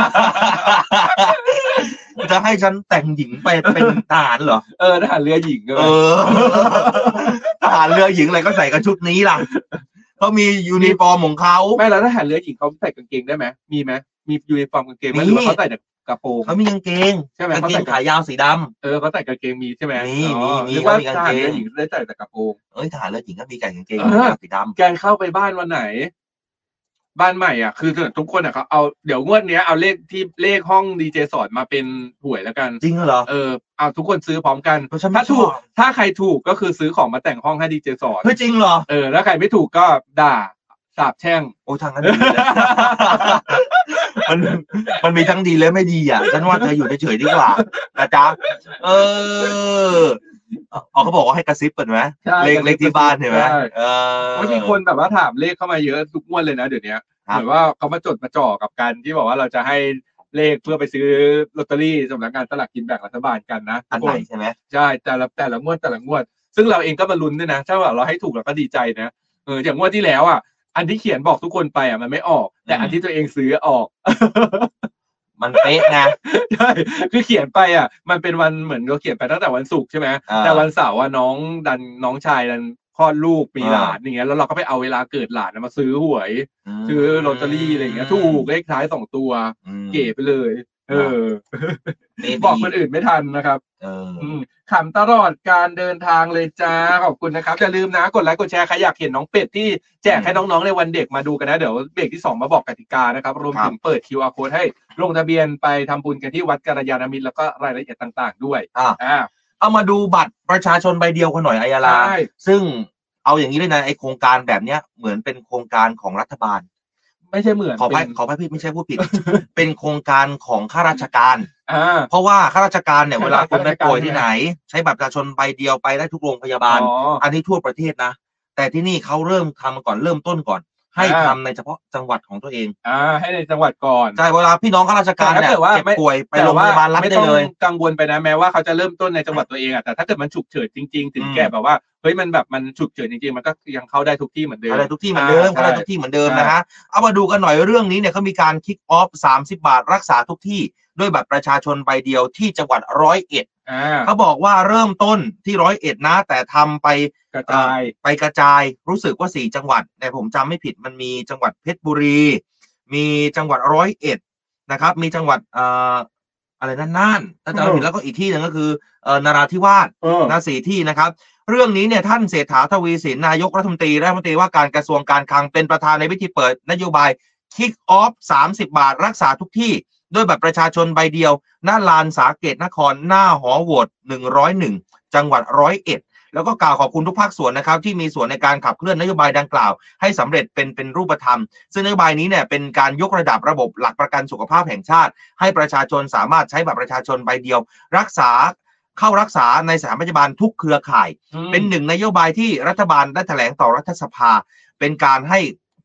จะให้ฉันแต่งหญิงไปเป็นทหารเหรอเออทหารเรือหญิงเออทหารเรือหญิงอะไรก็ใส่กับชุดนี้ล่ะเขามียูนิฟอร์มของเขาไม่แล้วทหารเรือหญิงเขาใส่กางเกงได้ไหมมีไหมมียูนิฟอร์มกางเกงไหมหรือว่าเขาใส่แต่กระโปรงเขามีกางเกงใช่ไหมเขาใส่ขายาวสีดำเออเขาใส่กางเกงมีใช่ไหมมีมีมีว่าทหารเรือหญิงได้ใส่แต่กระโปรงเอ้ยทหารเรือหญิงก็มีกางเกงสีดำแกเข้าไปบ้านวันไหนบ้านใหม่อ่ะคือทุกคนอ่ะเขาเอาเดี๋ยวงวดนี้เอาเลขที่เลขห้องดีเจสอนมาเป็นหวยแล้วกันจริงเหรอเออเอาทุกคนซื้อพร้อมกันถ้าถูกถ้าใครถูกก็คือซื้อของมาแต่งห้องให้ดีเจสอนเฮ้ยจริงเหรอเออแล้วใครไม่ถูกก็ด่าสาบแช่งโอ้ทางนั้นดีเลยมันมันมีทั้งดีและไม่ดีอ่ะฉันว่าเธออยู่เฉยๆดีกว่านะจ๊ะเอออ๋อเขาบอกว่าให้กระซิบเปิดไหมเลขเลขที่บ้านเห็นไหมเออไม่มีคนแบบว่าถามเลขเข้ามาเยอะทุกงวดเลยนะเดี๋ยวนี้เหมือนว่าเขามาจดมาจ่อกับกันที่บอกว่าเราจะให้เลขเพื่อไปซื้อลอตเตอรี่สำนักงานสลากกินแบ่งรัฐบาลกันนะอันไหนใช่ไหมใช่แต่ละแต่ละงวดแต่ละงวดซึ่งเราเองก็มาลุ้นด้วยนะถ้าว่าเราให้ถูกเราก็ดีใจนะเอออย่างงวดที่แล้วอ่ะอันที่เขียนบอกทุกคนไปอ่ะมันไม่ออกแต่อันที่ตัวเองซื้อออกมันเป๊ะนะใช่คือเขียนไปอ่ะมันเป็นวันเหมือนเราเขียนไปตั้งแต่วันศุกร์ใช่ไหมแต่วันเสาร์ว่าน้องดันน้องชายดันคลอดลูกมีหลานอย่างเงี้ยแล้วเราก็ไปเอาเวลาเกิดหลานมาซื้อหวยซื้อลอตเตอรี่อะไรอย่างเงี้ยถูกเลขท้ายสองตัวเก๋ไปเลยเออบอกคนอื่นไม่ทันนะครับขำตลอดการเดินทางเลยจ้าขอบคุณนะครับอย่าลืมนะกดไลค์กดแชร์ใครอยากเห็นน้องเป็ดที่แจกให้น้องๆในวันเด็กมาดูกันนะเดี๋ยวเบรกที่สองมาบอกกติกานะครับรวมถึงเปิด คิว อาร์ Code ให้ลงทะเบียนไปทำบุญกันที่วัดกัลยาณมิตรแล้วก็รายละเอียดต่างๆด้วยอ่าเอามาดูบัตรประชาชนใบเดียวกันหน่อยอัยราซึ่งเอาอย่างนี้เลยนะไอโครงการแบบเนี้ยเหมือนเป็นโครงการของรัฐบาลไม่ใช่เหมือนขอไปขอไปพี่ไม่ใช่พูดผิดเป็นโครงการของข้าราชการเพราะว่าข้าราชการเนี่ยเวลาคนไปป่วยที่ไหนใช้บัตรประชาชนใบเดียวไปได้ทุกโรงพยาบาลอันนี้ทั่วประเทศนะแต่ที่นี่เขาเริ่มทำก่อนเริ่มต้นก่อนให้ทำในเฉพาะจังหวัดของตัวเองอ่าให้ในจังหวัดก่อนใช่เวลาพี่น้องข้าราชการเนี่ยเจ็บป่วยไปโรงพยาบาลรัฐได้เลยกังวลไปนะแม้ว่าเขาจะเริ่มต้นในจังหวัดตัวเองอ่ะแต่ถ้าเกิดมันฉุกเฉินจริงๆถึงแก่แบบว่าเฮ้ยมันแบบมันฉุกเฉินจริงๆมันก็ยังเข้าได้ทุกที่เหมือนเดิมเข้าได้ทุกที่เหมือนเดิมเข้าได้ทุกที่เหมือนเดิมนะฮะเอามาดูกันหน่อยเรื่องนี้เนี่ยเขามีการคิกออฟสามสิบบาทรักษาทุกที่ด้วยบัตรประชาชนใบเดียวที่จังหวัดร้อยเอ็ดเขาบอกว่าเริ่มต้นที่ร้อยเอ็ดนะแต่ทำไปกระจายไปกระจายรู้สึกว่าสี่จังหวัดแต่ผมจำไม่ผิดมันมีจังหวัดเพชรบุรีมีจังหวัดร้อยเอ็ดนะครับมีจังหวัดเอ่ออะไรนั่นน่านถ้าจำไม่ผิดแล้วก็อีกที่หนึ่งก็คือเอ่อนราธิวาสนะสี่ที่นะครับเรื่องนี้เนี่ยท่านเศรษฐาทวีสินนายกรัฐมนตรีรัฐมนตรีว่าการกระทรวงการคลังเป็นประธานในพิธีเปิดนโยบายคิกออฟสามสิบบาทรักษาทุกที่ด้วยบัตรประชาชนใบเดียวหน้าลานสาเกตนครหน้าหอโหวตหนึ่งร้อยเอ็ดจังหวัดร้อยเอ็ดแล้วก็กล่าวขอบคุณทุกภาคส่วนนะครับที่มีส่วนในการขับเคลื่อนนโยบายดังกล่าวให้สำเร็จเป็นเป็นรูปธรรมซึ่งนโยบายนี้เนี่ยเป็นการยกระดับระบบหลักประกันสุขภาพแห่งชาติให้ประชาชนสามารถใช้บัตรประชาชนใบเดียวรักษาเข้ารักษาในสถานพยาบาลทุกเครือข่ายเป็นหนึ่งนโยบายที่รัฐบาลได้แถลงต่อรัฐสภาเป็นการให้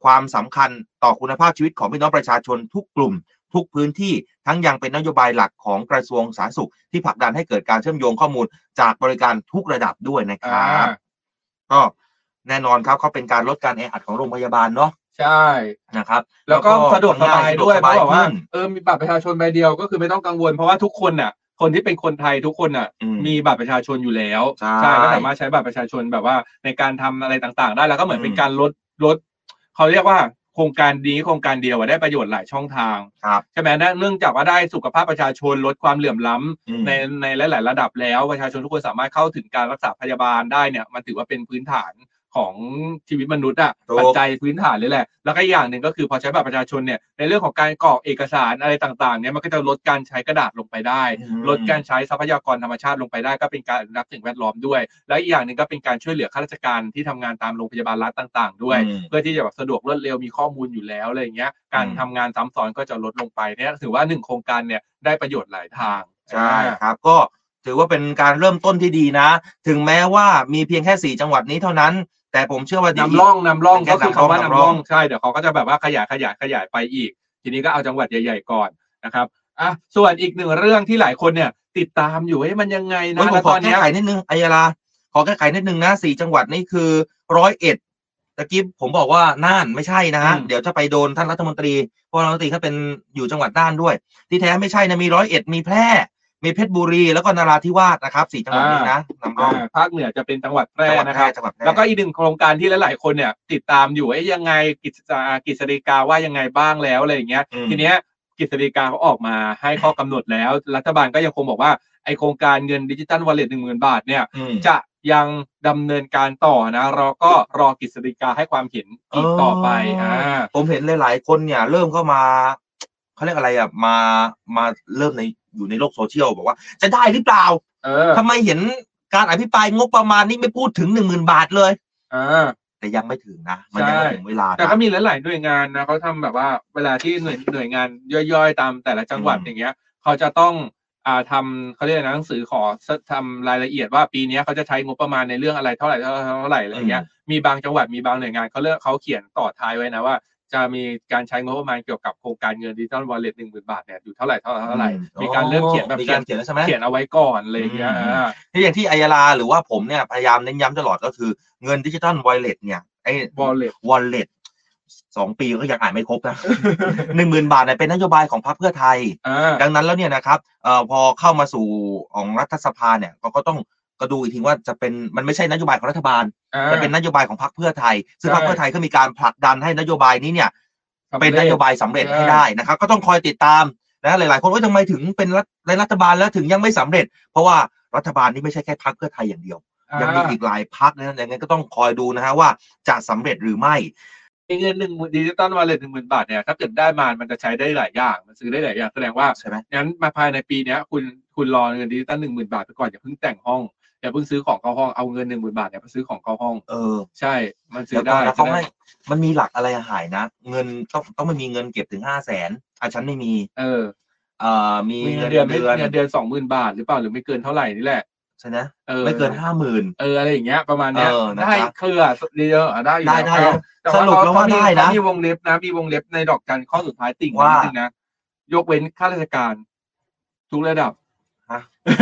ความสำคัญต่อคุณภาพชีวิตของพี่น้องประชาชนทุกกลุ่มทุกพื้นที่ทั้งยังเป็นนโยบายหลักของกระทรวงสาธารณสุขที่ผลักดันให้เกิดการเชื่อมโยงข้อมูลจากบริการทุกระดับด้วยนะครับก็แน่นอนครับเขาเป็นการลดการแออัดของโรงพยาบาลเนาะใช่นะครับแล้วก็สะดวกสบายด้วยเพราะบอกว่าเออมีบัตรประชาชนใบเดียวก็คือไม่ต้องกังวลเพราะว่าทุกคนน่ะคนที่เป็นคนไทยทุกคนน่ะมีบัตรประชาชนอยู่แล้วใช่ก็สามารถใช้บัตรประชาชนแบบว่าในการทำอะไรต่างๆได้แล้วก็เหมือนเป็นการลดลดเขาเรียกว่าโครงการนี้โครงการเดียวได้ประโยชน์หลายช่องทางใช่ไหมเนื่องจากว่าได้สุขภาพประชาชนลดความเหลื่อมล้ำในในหลายๆระดับแล้วประชาชนทุกคนสามารถเข้าถึงการรักษาพยาบาลได้เนี่ยมันถือว่าเป็นพื้นฐานของชีวิตมนุษย์อ่ะปัจจัยพื้นฐานเลยแหละแล้วก็อย่างหนึ่งก็คือพอใช้บัตรประชาชนเนี่ยในเรื่องของการกรอกเอกสารอะไรต่างๆเนี่ยมันก็จะลดการใช้กระดาษลงไปได้ลดการใช้ทรัพยากรธรรมชาติลงไปได้ก็เป็นการอนุรักษ์สิ่งแวดล้อมด้วยแล้วอีกอย่างหนึ่งก็เป็นการช่วยเหลือข้าราชการที่ทำงานตามโรงพยาบาลรัฐต่างๆด้วยเพื่อที่จะแบบสะดวกรวดเร็วมีข้อมูลอยู่แล้วอะไรอย่างเงี้ยการทำงานซ้ำซ้อนก็จะลดลงไปเนี่ยถือว่าหนึ่งโครงการเนี่ยได้ประโยชน์หลายทางใช่ครับก็ถือว่าเป็นการเริ่มต้นที่ดีนะถึงแม้ว่ามีเพียงแค่สี่จังหวัดนี้เท่านั้นแต่ผมเชื่อว่านำร่องนำร่องก็คือคำว่านำร่องใช่เดี๋ยวเขาก็จะแบบว่าขยายขยายขยายไปอีกทีนี้ก็เอาจังหวัดใหญ่ๆก่อนนะครับอ่ะส่วนอีกหนึ่งเรื่องที่หลายคนเนี่ยติดตามอยู่ว่ามันยังไงนะแล้วตอนนี้ขอแก้ไขนิดนึงอัยราขอแก้ไขนิดนึงนะสี่จังหวัดนี่คือร้อยเอ็ดตะกี้ผมบอกว่าน่านไม่ใช่นะฮะเดี๋ยวจะไปโดนท่านรัฐมนตรีเพราะรัฐมนตรีเขาเป็นอยู่จังหวัดน่านด้วยที่แท้ไม่ใช่นะมีร้อยเอ็ดมีแพร่มีเพชรบุรีแล้วก็นราธิวาสนะครับสี่จังหวัดนี้นะนำร่องภาคเหนือจะเป็นจังหวัดแพร่นะครับแล้วก็อีกหนึ่งโครงการที่หลายๆคนเนี่ยติดตามอยู่ไอ้ยังไงกิจกิจฎีกาว่ายังไงบ้างแล้วอะไรอย่างเงี้ยทีเนี้ยกิจฎีกาเขาออกมาให้ข้อกำหนดแล้วรัฐบาลก็ยังคงบอกว่าไอ้โครงการเงินดิจิตัลวอลเล็ตหนึ่งหมื่นบาทเนี่ยจะยังดำเนินการต่อนะเราก็รอกิจฎีกาให้ความเห็นอีกต่อไปอ่าผมเห็นหลายๆคนเนี่ยเริ่มเข้ามาเขาเรียกอะไรอ่ะมามาเริ่มในอยู่ในโลกโซเชียลบอกว่าจะได้หรือเปล่าเออทำไมเห็นการอภิปรายงบประมาณนี้ไม่พูดถึงหนึ่งหมื่นบาทเลยเออแต่ยังไม่ถึงนะมันยังไม่ถึงเวลาแต่ก็มีหลายๆหน่วยงานนะเขาทำแบบว่าเวลาที่หน่วยหน่วยงานย่อยๆตามแต่ละจังหวัดอย่างเงี้ยเขาจะต้องอ่าทำเขาเรียกนะหนังสือขอทำรายละเอียดว่าปีนี้เขาจะใช้งบประมาณในเรื่องอะไรเท่าไหร่เท่าไหร่อะไรเงี้ยมีบางจังหวัดมีบางหน่วยงานเขาเลือกเขาเขียนต่อท้ายไว้นะว่าจะมีการใช้งบประมาณเกี่ยวกับโครงการเงินดิจิทัลวอลเล็ตหนึ่งหมื่นบาทเนี่ยอยู่เท่าไหร่เท่าไหร่เท่าไหร่มีการเริ่มเขียนแบบมีการเขียนแล้วใช่ไหมเขียนเอาไว้ก่อนอะไรอย่างเงี้ยที่อย่างที่อัยราหรือว่าผมเนี่ยพยายามเน้นย้ำตลอดก็คือเงินดิจิทัลวอลเล็ตเนี่ยไอ้วอลเล็ตวอลเล็ตสองปีก็ยังอ่านไม่ครบนะหนึ่งหมื่นบาทเนี่ยเป็นนโยบายของพรรคเพื่อไทยดังนั้นแล้วเนี่ยนะครับเอ่อพอเข้ามาสู่ของรัฐสภาเนี่ยก็ต้องก็ดูอีกทีว่าจะเป็นมันไม่ใช่นโยบายของรัฐบาลแต่เป็นนโยบายของพรรคเพื่อไทยซึ่งพรรคเพื่อไทยก็มีการผลักดันให้นโยบายนี้เนี่ยเป็นนโยบายสำเร็จให้ได้นะครับก็ต้องคอยติดตามนะหลายๆคนว่าทำไมถึงเป็นรัฐบาลแล้วถึงยังไม่สำเร็จเพราะว่ารัฐบาลนี้ไม่ใช่แค่พรรคเพื่อไทยอย่างเดียวยังมีอีกหลายพรรคนะอย่างนั้นก็ต้องคอยดูนะฮะว่าจะสำเร็จหรือไม่เงินหนึ่งดิจิตอลวอลเล็ตหนึ่งหมื่นบาทเนี่ยถ้าเกิดได้มามันจะใช้ได้หลายอย่างมันซื้อได้หลายอย่างแสดงว่าใช่ไหมงั้นมาภายในปีนี้คุณคุณรอเงินดิจิตอลหนึ่งหมื่นบาทไปก่อนอย่าเพิ่งแต่งห้องอย่าเพิ่งซื้อของเข้าห้องเอาเงินหนึ่งหมื่นบาทเนี่ยไปซื้อของเข้าห้องเออใช่มันซื้อได้เขาไม่มันมีหลักอะไรหายนะเงินต้องต้องไม่มีเงินเก็บถึงห้าแสนอ่ะฉันไม่มีเออเอ่อมีเงินเดือนไม่เงินเดือนสองหมื่นบาทหรือเปล่าหรือไม่เกินเท่าไหร่นี่แหละใช่ไหมไม่เกินห้าหมื่นเอออะไรอย่างเงี้ยประมาณเนี้ยได้คือดีเยอะได้ได้ได้สรุปแล้วว่าได้นะมีวงเล็บนะมีวงเล็บในดอกจันข้อสุดท้ายติ่งนิดนึงนะยกเว้นข้าราชการทุกระดับฮะ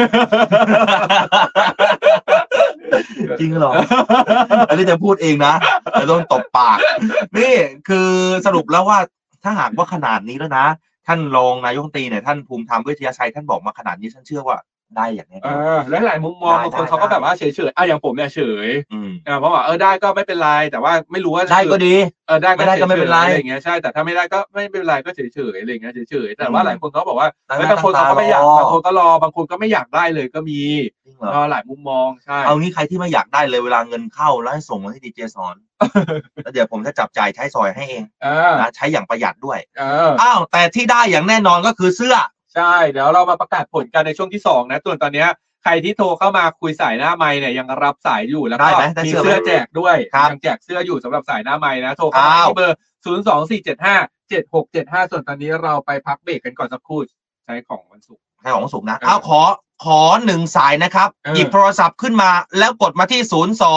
จริงเหรออันนี้จะพูดเองนะจะโดนตบปากนี่คือสรุปแล้วว่าถ้าหากว่าขนาดนี้แล้วนะท่านรองนายกรัฐมนตรีเนี่ยท่านภูมิธรรมเวชยชัยท่านบอกมาขนาดนี้ฉันเชื่อว่าได้อย่างแน่นอนและหลายมุมมองบางคนเขาก็แบบว่าเฉยๆอ่ะอย่างผมเนี่ยเฉยอ่าเพราะว่าเออได้ก็ไม่เป็นไรแต่ว่าไม่รู้ว่าได้ก็ดีเออได้ก็ได้ก็ไม่เป็นไรอะไรอย่างเงี้ยใช่แต่ถ้าไม่ได้ก็ไม่เป็นไรก็เฉยๆอะไรอย่างเงี้ยเฉยๆแต่ว่าหลายคนเขาบอกว่าบางคนเขาก็ไม่อยากบางคนก็รอบางคนก็ไม่อยากได้เลยก็มีรอหลายมุมมองใช่เอางี้ใครที่ไม่อยากได้เลยเวลาเงินเข้าแล้วให้ส่งมาที่ดีเจสอนแล้วเดี๋ยวผมจะจับจ่ายใช้ซอยให้เองนะใช้อย่างประหยัดด้วยอ้าวแต่ที่ได้อย่างแน่นอนก็คือเสื้อใช่เดี๋ยวเรามาประกาศผลกันในช่วงที่สองนะส่วนตอนนี้ใครที่โทรเข้ามาคุยสายหน้าไมค์เนี่ยยังรับสายอยู่แล้วก็มีเสื้อแจกด้วยยังแจกเสื้ออยู่สำหรับสายหน้าไมค์นะโทรเข้ามาที่เบอร์ศูนย์ สอง สี่ เจ็ด ห้า เจ็ด หก เจ็ด ห้าส่วนตอนนี้เราไปพักเบรกกันก่อนสักครู่ใช้ของวันศุกร์ใช้ของวันศุกร์นะเอาขอขอหนึ่งสายนะครับหยิบโทรศัพท์ขึ้นมาแล้วกดมาที่ศูนย์ สอง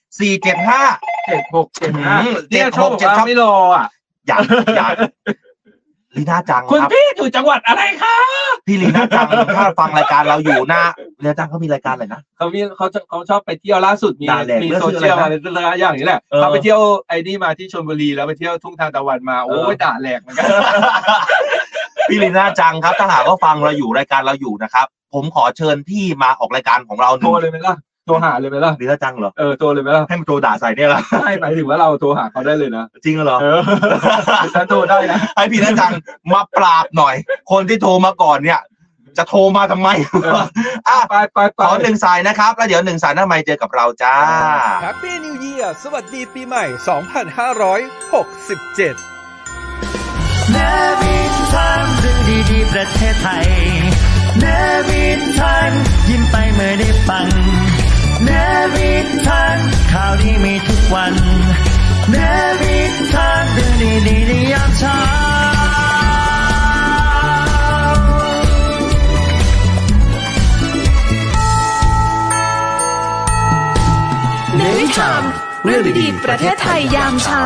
สี่เจ็ดห้าเจ็ดหกเจ็ดห้าเนี่ยชอบบอกว่าไม่รออ่ะอยากอยากลีน่าจังคุณพี่อยู่จังหวัดอะไรคะพี่ลีน่าจังถ้าฟังรายการเราอยู่นะลีน่าจังเขามีรายการอะไรนะเขามีเขาเขาชอบไปเที่ยวล่าสุดมีมีโซเชียลอะไรอย่างนี้แหละเขาไปเที่ยวไอ้นี่มาที่ชลบุรีแล้วไปเที่ยวทุ่งทานตะวันมาโอ้ยด่าแหลกเหมือนกันพี่ลีน่าจังครับถ้าหากว่าฟังเราอยู่รายการเราอยู่นะครับผมขอเชิญพี่มาออกรายการของเราโทรเลยไหมล่ะโทรหาเลยไหมล่ะลีน่าจังเหรอเออโทรเลยไหมล่ะให้มันโทรด่าใส่เนี่ยล่ะใช่หมายถึงว่าเราโทรหาเขาได้เลยนะจริงเหรอเออฉันโทรได้นะให้พี่ลีน่าจังมาปราบหน่อยคนที่โทรมาก่อนเนี่ยจะโทรมาทำไมอ่ะไปไปขอหนึ่งสายนะครับแล้วเดี๋ยวหนึ่งสายหน้าไมค์เจอกับเราจ้า Happy New Year สวัสดีปีใหม่สองพันห้าร้อยหกสิบเจ็ดเนวินทันเรื่องดีๆประเทศไทยเนวินทันยิ้มไปเมื่อได้ฟังเนวินทันข่าวที่มีทุกวันเนวินทันเรื่องดีๆในยามเช้าเนวินทันเรื่องดีๆประเทศไทยยามเช้า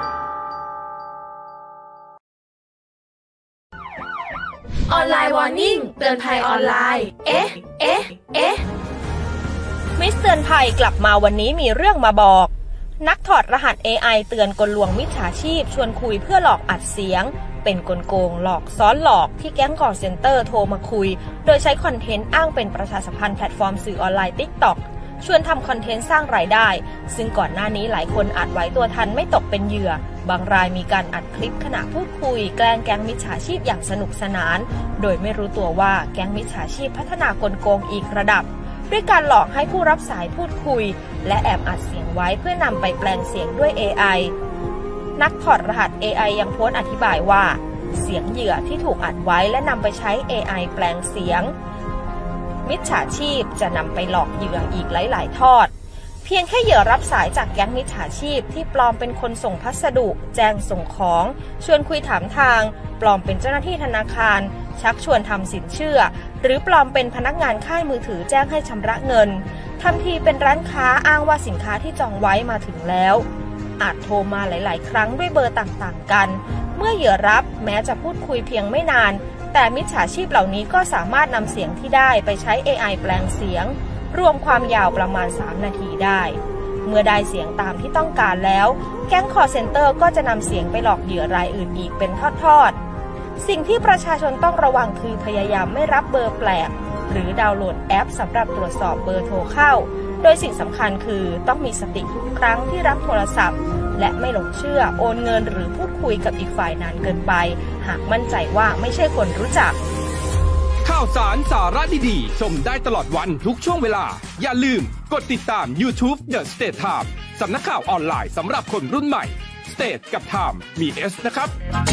ออนไลน์วอร์นิ่งเตือนภัยออนไลน์เอ๊ะเอ๊ะเอ๊ะมิสเตือนภัยกลับมาวันนี้มีเรื่องมาบอกนักถอดรหัส เอ ไอ เตือนกลลวงมิจฉาชีพชวนคุยเพื่อหลอกอัดเสียงเป็นกลโกงหลอกซ้อนหลอกที่แก๊งคอลเซ็นเตอร์โทรมาคุยโดยใช้คอนเทนต์อ้างเป็นประชาสัมพันธ์แพลตฟอร์มสื่อออนไลน์ ติ๊กต็อก ชวนทำคอนเทนต์สร้างรายได้ซึ่งก่อนหน้านี้หลายคนอาจไว้ตัวทันไม่ตกเป็นเหยื่อบางรายมีการอัดคลิปขณะพูดคุยแกล้งแก๊งมิจฉาชีพอย่างสนุกสนานโดยไม่รู้ตัวว่าแก๊งมิจฉาชีพพัฒนากลโกงอีกระดับด้วยการหลอกให้ผู้รับสายพูดคุยและแอบอัดเสียงไว้เพื่อนำไปแปลงเสียงด้วย เอ ไอ นักถอดรหัส เอ ไอ ยังโพสต์อธิบายว่าเสียงเหยื่อที่ถูกอัดไว้และนำไปใช้ เอ ไอ แปลงเสียงมิจฉาชีพจะนำไปหลอกเหยื่ออีกหลายๆทอดเพียงแค่เหยื่อรับสายจากแก๊งมิจฉาชีพที่ปลอมเป็นคนส่งพัสดุแจ้งส่งของชวนคุยถามทางปลอมเป็นเจ้าหน้าที่ธนาคารชักชวนทำสินเชื่อหรือปลอมเป็นพนักงานค่ายมือถือแจ้งให้ชำระเงินทำทีเป็นร้านค้าอ้างว่าสินค้าที่จองไว้มาถึงแล้วอาจโทรมาหลายๆครั้งด้วยเบอร์ต่างๆกันเมื่อเหยื่อรับแม้จะพูดคุยเพียงไม่นานแต่มิจฉาชีพเหล่านี้ก็สามารถนำเสียงที่ได้ไปใช้ เอ ไอ แปลงเสียงรวมความยาวประมาณสามนาทีได้เมื่อได้เสียงตามที่ต้องการแล้วแก๊งคอลเซ็นเตอร์ก็จะนำเสียงไปหลอกเหยื่อรายอื่นอีกเป็นทอดๆสิ่งที่ประชาชนต้องระวังคือพยายามไม่รับเบอร์แปลกหรือดาวน์โหลดแอปสำหรับตรวจสอบเบอร์โทรเข้าโดยสิ่งสำคัญคือต้องมีสติทุกครั้งที่รับโทรศัพท์และไม่หลงเชื่อโอนเงินหรือพูดคุยกับอีกฝ่ายนานเกินไปหากมั่นใจว่าไม่ใช่คนรู้จักข่าวสารสาระดีๆชมได้ตลอดวันทุกช่วงเวลาอย่าลืมกดติดตาม YouTube The State Time สำนักข่าวออนไลน์สำหรับคนรุ่นใหม่ State กับ Time มี S นะครับ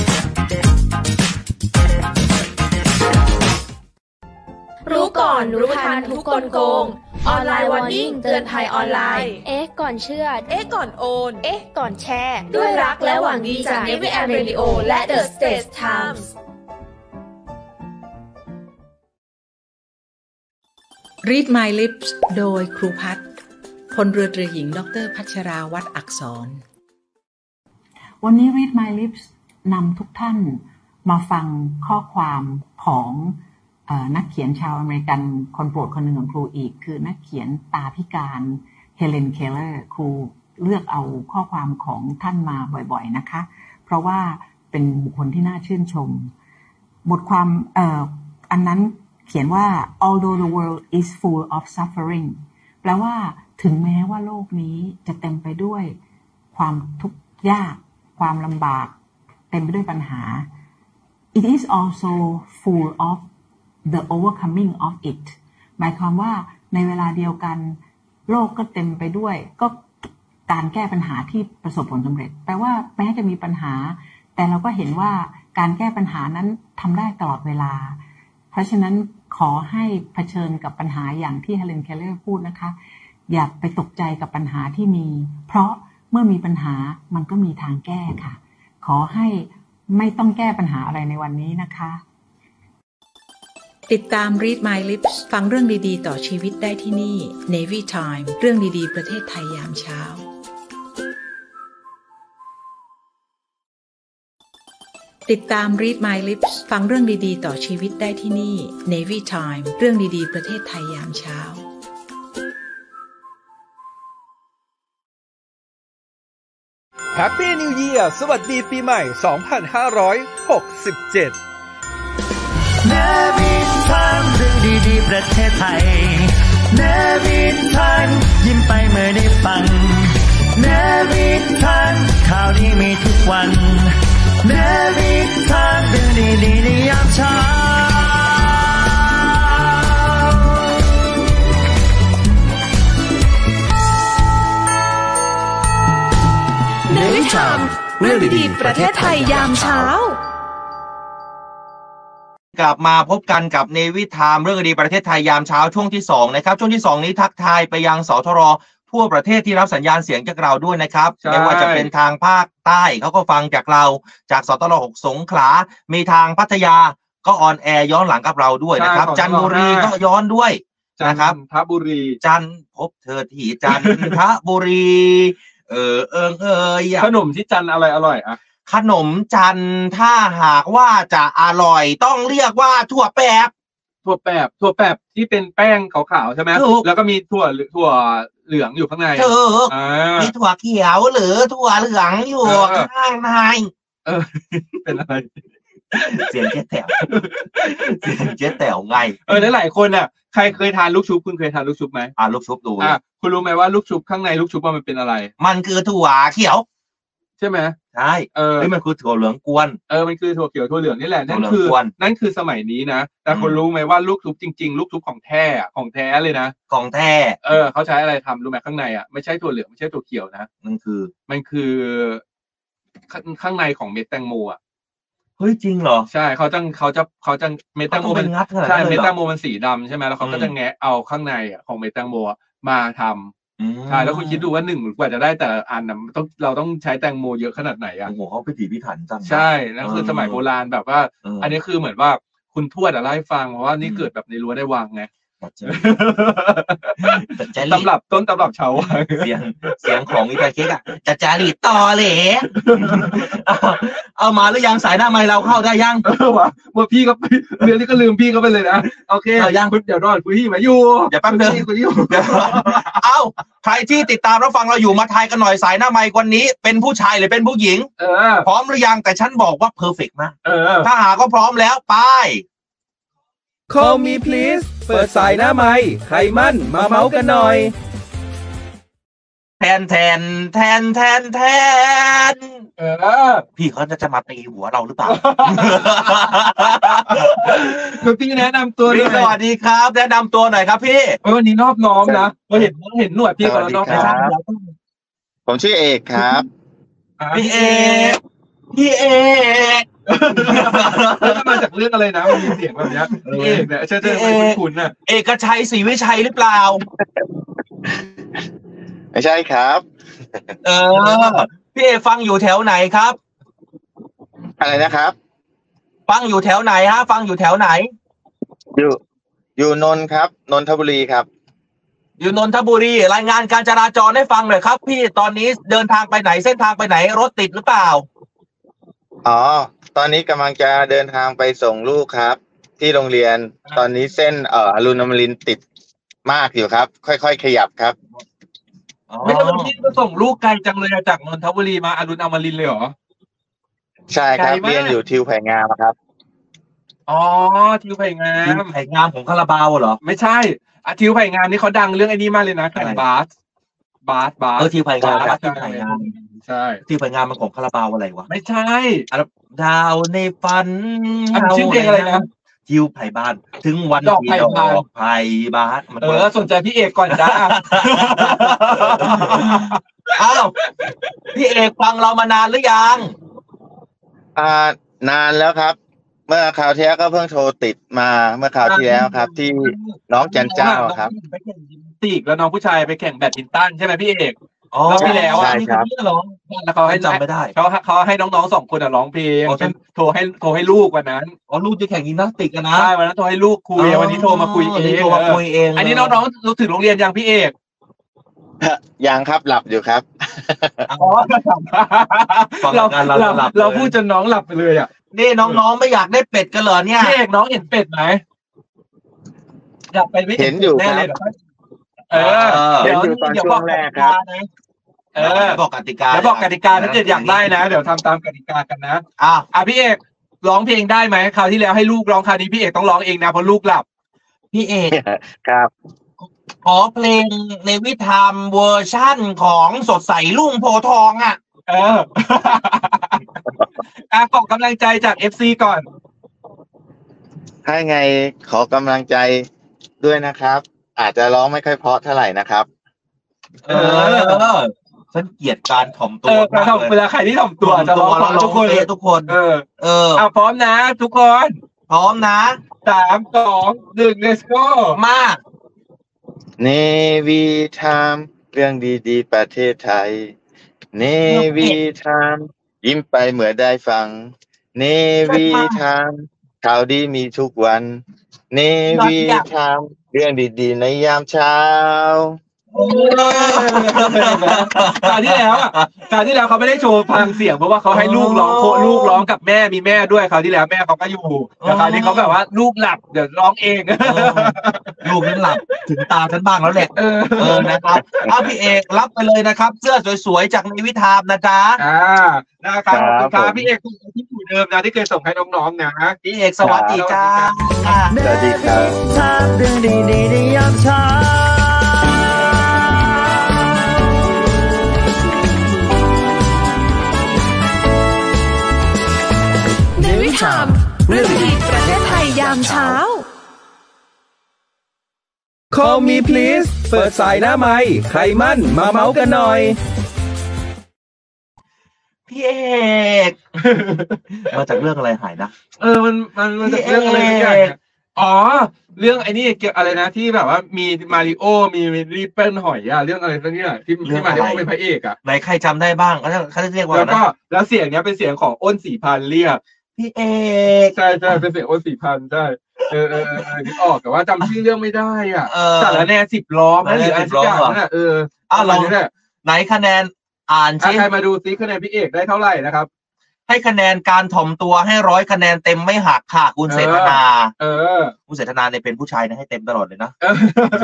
รู้ก่อนรู้ทันทุกกลโกงออนไลน์วอร์นิ่งเตือนภัยออนไลน์เอ๊ะก่อนเชื่อเอ๊ะก่อนโอนเอ๊ะก่อนแชร์ด้วยรักและหวังดีจาก Navy Air Radio และ The State Times Read My Lips โดยครูพัฒน์พลเรือตรีหญิงดร.พัชราวัฒน์อักษรวันนี้ Read My Lips นำทุกท่านมาฟังข้อความของนักเขียนชาวอเมริกันคนโปรดคนหนึ่งของครูอีกคือนักเขียนตาพิการเฮเลนเคลเลอร์ครูเลือกเอาข้อความของท่านมาบ่อยๆนะคะเพราะว่าเป็นบุคคลที่น่าชื่นชมบทความเอ่ออันนั้นเขียนว่า although the world is full of suffering แปลว่าถึงแม้ว่าโลกนี้จะเต็มไปด้วยความทุกข์ยากความลำบากเต็มไปด้วยปัญหา it is also full of the overcoming of it หมายความว่าในเวลาเดียวกันโลกก็เต็มไปด้วยก็การแก้ปัญหาที่ประสบผลสำเร็จแปลว่าแม้จะมีปัญหาแต่เราก็เห็นว่าการแก้ปัญหานั้นทำได้ตลอดเวลาเพราะฉะนั้นขอให้เผชิญกับปัญหาอย่างที่เฮเลนเคลเลอร์พูดนะคะอย่าไปตกใจกับปัญหาที่มีเพราะเมื่อมีปัญหามันก็มีทางแก้ค่ะขอให้ไม่ต้องแก้ปัญหาอะไรในวันนี้นะคะติดตาม Read My Lips ฟังเรื่องดีๆต่อชีวิตได้ที่นี่ Navy Time เรื่องดีๆประเทศไทยยามเช้าติดตาม Read My Lips ฟังเรื่องดีๆต่อชีวิตได้ที่นี่ Navy Time เรื่องดีๆประเทศไทยยามเช้า Happy New Year สวัสดีปีใหม่ สองพันห้าร้อยหกสิบเจ็ดเนวินทันเรื่องดีๆประเทศไทยเนวินทันยิ้มไปเมื่อได้ฟังเนวินทันข่าวดีมีทุกวันเนวินทันเรื่องดีๆในยามเช้าเนวิทามเรื่องดีๆประเทศไทยยามเช้ากลับมาพบกันกับเนวิทามเรื่องดีประเทศไทยยามเช้าช่วงที่สองนะครับช่วงที่สองนี้ทักทายไปยังสทรทั่วประเทศที่รับสัญญาณเสียงจากเราด้วยนะครับไม่ว่าจะเป็นทางภาคใต้เขาก็ฟังจากเราจากสทรหกสงขลามีทางพัทยาก็ออนแอร์ย้อนหลังกับเราด้วยนะครับจันทบุรีก็ย้อนด้วยนะครับจันทบุรีจันพบเธอที่จันทบุรีเออเอิงเอยขนมที่จันอะไรอร่อยอ่ะขนมจันถ้าหากว่าจะอร่อยต้องเรียกว่าถั่วแปบถั่วแปบถั่วแปบที่เป็นแป้งขาวๆใช่ไหมแล้วก็มีถั่วถั่วเหลืองอยู่ข้างในถูกมีถั่วเขียวหรือถั่วเหลืองอยู่ข้างในเออเป็นอะไรเสียงเจ๊แต๋วเสียงเจ๊แต๋วไงเออแล้วหลายคนอ่ะใครเคยทานลูกชุบคุณเคยทานลูกชุบไหมอ่าลูกชุบดูอ่ะคุณรู้ไหมว่าลูกชุบข้างในลูกชุบมันเป็นอะไรมันคือถั่วเขียวใช่ไหมใช่เออนี่มันคือถั่วเหลืองกวนเออมันคือถั่วเขียวถั่วเหลืองนี่แหละนั่นคือนั่นคือสมัยนี้นะแต่คุณรู้ไหมว่าลูกชุบจริงๆลูกชุบของแท้ของแท้เลยนะของแท้เออเขาใช้อะไรทำรู้ไหมข้างในอ่ะไม่ใช่ถั่วเหลืองไม่ใช่ถั่วเขียวนะมันคือมันคือข้างในของเม็ดแตงโมอ่ะเฮ้ยจริงเหรอใช่เขาจะเขาจะเขาจะเม็ดแตงโมมันใช่เม็ดแตงโมมันสีดำใช่ไหมแล้วเขาก็จะแงะเอาข้างในอ่ะของเม็ดแตงโมมาทำใช่แล้วคุณคิดดูว่าหนึ่งกว่าจะได้แต่อันน่ะต้องเราต้องใช้แตงโมเยอะขนาดไหนอ่ะโอ้โหเขาพิถีพิถันจังใช่นั่นคือสมัยโบราณแบบว่าอันนี้คือเหมือนว่าคุณทวดอะเล่าให้ฟังเพราะว่านี่เกิดแบบในรั้วได้วังไงตำรับต้นตำรับชาววังเสียงเสียงของวิทยาเค้กอ่ะจะจารีต่อเลยเอามาหรือยังสายหน้าไมค์เราเข้าได้ยังเออวะเมื่อพี่ก็เรื่องนี้ก็ลืมพี่ก็ไปเลยนะโอเคยังเดี๋ยวรอคุยมาอยู่เดี๋ยวแป๊บนึงคุยอยู่เอ้าใครที่ติดตามรับฟังเราอยู่มาทายกันหน่อยสายหน้าไมค์วันนี้เป็นผู้ชายหรือเป็นผู้หญิงเออพร้อมหรือยังแต่ฉันบอกว่าเพอร์เฟกต์มากเออถ้าหากก็พร้อมแล้วไป Call me please เปิดสายหน้าไมค์ใครมั่นมาเมาส์กันหน่อยแทนแทนแทนแทนแทนเออพี่เขาจะจะมาตีหัวเราหรือเปล่าคุณพี่แนะนำตัวสวัสดีครับแนะนำตัวหน่อยครับพี่วันนี้นอบน้อมนะเราเห็นเห็นหนวดพี่เขาแล้วนอบน้อมผมชื่อเอกครับพี่เอกพี่เอกแล้วมาจากเรื่องอะไรนะมันมีเสียงแบบนี้เอกเนี่ยเชื่อเชื่อไม่คุ้นๆน่ะเอกชัยศรีวิชัยหรือเปล่าไม่ใช่ครับเออพี่เอกฟังอยู่แถวไหนครับอะไรนะครับฟังอยู่แถวไหนฮะฟังอยู่แถวไหนอยู่อยู่นนท์ครับนนทบุรีครับอยู่นนทบุรีรายงานการจราจรให้ฟังหน่อยครับพี่ตอนนี้เดินทางไปไหนเส้นทางไปไหนรถติดหรือเปล่าอ๋อตอนนี้กำลังจะเดินทางไปส่งลูกครับที่โรงเรียนตอนนี้เส้นเอ่ออรุณอมรินทร์ติดมากอยู่ครับค่อยๆขยับครับไม่ต้องคิดว่าส่งลูกไกลจังเลยจากนนทบุรีมาอรุณอมรินทร์เลยเหรอใช่ครับเรียนอยู่ทิวไผ่งามครับอ๋อทิวไผ่งามทิวไผ่งามของคาราบาวเหรอไม่ใช่อ่ะทิวไผ่งามนี่เขาดังเรื่องไอ้นี่มากเลยนะแข่งบาสบาสบาสเออทิวไผ่งามทิวไผ่งามใช่ทิวไผ่งามมันของคาราบาวอะไรวะไม่ใช่ดาวในฝันชื่อเพลงอะไรนะทิวไผ่บานถึงวันที่ดอกไผ่บานเออสนใจพี่เอกก่อนจ้าอ้าวพี่เอกฟังเรามานานหรือยังอ่านานแล้วครับเมื่อคราวที่แล้วก็เพิ่งโทรติดมาเมื่อคราวที่แล้วครับที่น้องจันเจ้าครับไปแข่งยิมนาสติกแล้วน้องผู้ชายไปแข่งแบดมินตันใช่ไหมพี่เอกรอบที่แล้วใช่ครับแล้วเขาให้จำไม่ได้เขาเขาให้น้องๆสองคนอ่ะร้องเพลงโทรให้โทรให้ลูกวันนั้นอ๋อลูกจะแข่งยิมนาสติกกันนะใช่วันนั้นโทรให้ลูกคุยวันนี้โทรมาคุยเองโทรมาคุยเองอันนี้น้องๆรู้ถึงโรงเรียนยังพี่เอกยังครับหลับอยู่ครับอ๋อเราเราเราพูดจนน้องหลับไปเลยอ่ะนี่น้องๆไม่อยากได้เป็ดกันเหรอเนี่ยพี่เอกน้องเห็นเป็ดไหมอยากไปไม่เห็นอยู่แน่ครับเลยเหรอเออเห็นอยู่ตอนช่วงแรกครับเออบอกกติกาเดี๋ยวบอกกติกาถ้าเกิดอยากได้นะเดี๋ยวทำตามกติกากันนะอ้าวอ่ะพี่เอกร้องเพลงได้ไหมคราวที่แล้วให้ลูกร้องคราวนี้พี่เอกต้องร้องเองนะเพราะลูกหลับพี่เอกครับขอเพลงในวิธามเวอร์ชั่นของสดใสลุ่งโพทองอ่ะเออ อ่ะขอกำลังใจจาก เอฟ ซี ก่อนถ้าไงขอกำลังใจด้วยนะครับ อาจจะร้องไม่ค่อยเพราะเท่าไหร่นะครับเออฉันเกลียดการถ่อมตัเอวอมากเลยเวลาใครที่ถ่อมตัวจะร้องเพราะทุกคนเลยทุกคนเออเอออ่ะพร้อมนะทุกคนพร้อมนะสามสองหนึ่ง let's go มากเนวีทามเรื่องดีๆประเทศไทย เนวีทามยิ้มไปเมื่อได้ฟัง เนวีทามข่าวดีมีทุกวัน เนวีทามเรื่องดีๆในยามเช้าคราวที่แล้วอ่ะคราวที่แล้วเขาไม่ได้โชว์พลังเสียงเพราะว่าเขาให้ลูกร้องโคลูกร้องกับแม่มีแม่ด้วยคราวที่แล้วแม่เขาก็อยู่แต่คราวนี้เขาแบบว่าลูกหลับเดี๋ยวร้องเองลูกนั้นหลับถึงตาฉันบ้างแล้วแหละเออเออนะครับเอาพี่เอกรับไปเลยนะครับ เสื้อสวยๆจากในวิธามนะจ๊ะอ่านะครับขอบคุณคครัรับบ พี่เอกที่อยู่เดิมนะที่เคยส่งให้น้องๆนะพี่เอกสวัสดีจ้าสวัสดีครับทามเรื่องดีๆในยามเช้าในวิถามเรื่องดีประเทศไทยยามเช้า Call me please เปิดสายหน้าไมค์ใครมั่นมาเมาส์กันหน่อยพี่เอก มาจากเรื่องอะไรหายนะเออมันมันมันจะเรื่องอะไรสักอย่างอะอ๋อเรื่องไอ้นี่เกี่ยวอะไรนะที่แบบว่ามีมาริโอมีริปเปิลหอยอะเรื่องอะไรสักอย่างที่ที่มาริโอเป็นพระเอกอะไหนใครจำได้บ้างเขาจะเรียกว่าแล้วก็นะแล้วเสียงเนี้ยเป็นเสียงของอ้นสีพันเรียกพี่เอกใช่ใช่เป็นเสียงอ้นสีพันใช่เออเออเออเออนึกออกแต่ว่าจำชื่อเรื่องไม่ได้อ่ะเออสารแนสิบล้อไหมหรืออะไรสักอย่างนั่นแหละเอออ้าวเราเนี่ยแหละไหนคะแนนอ่านอ่ะซิใครมาดูซิคะแนนพี่เอกได้เท่าไหร่นะครับให้คะแนนการถ่อมตัวให้ร้อยคะแนนเต็มไม่หักค่ะคุณเศรษฐนาเออคุณเศรษฐนาเนี่ยเป็นผู้ชายนะให้เต็มตลอดเลยนะเออ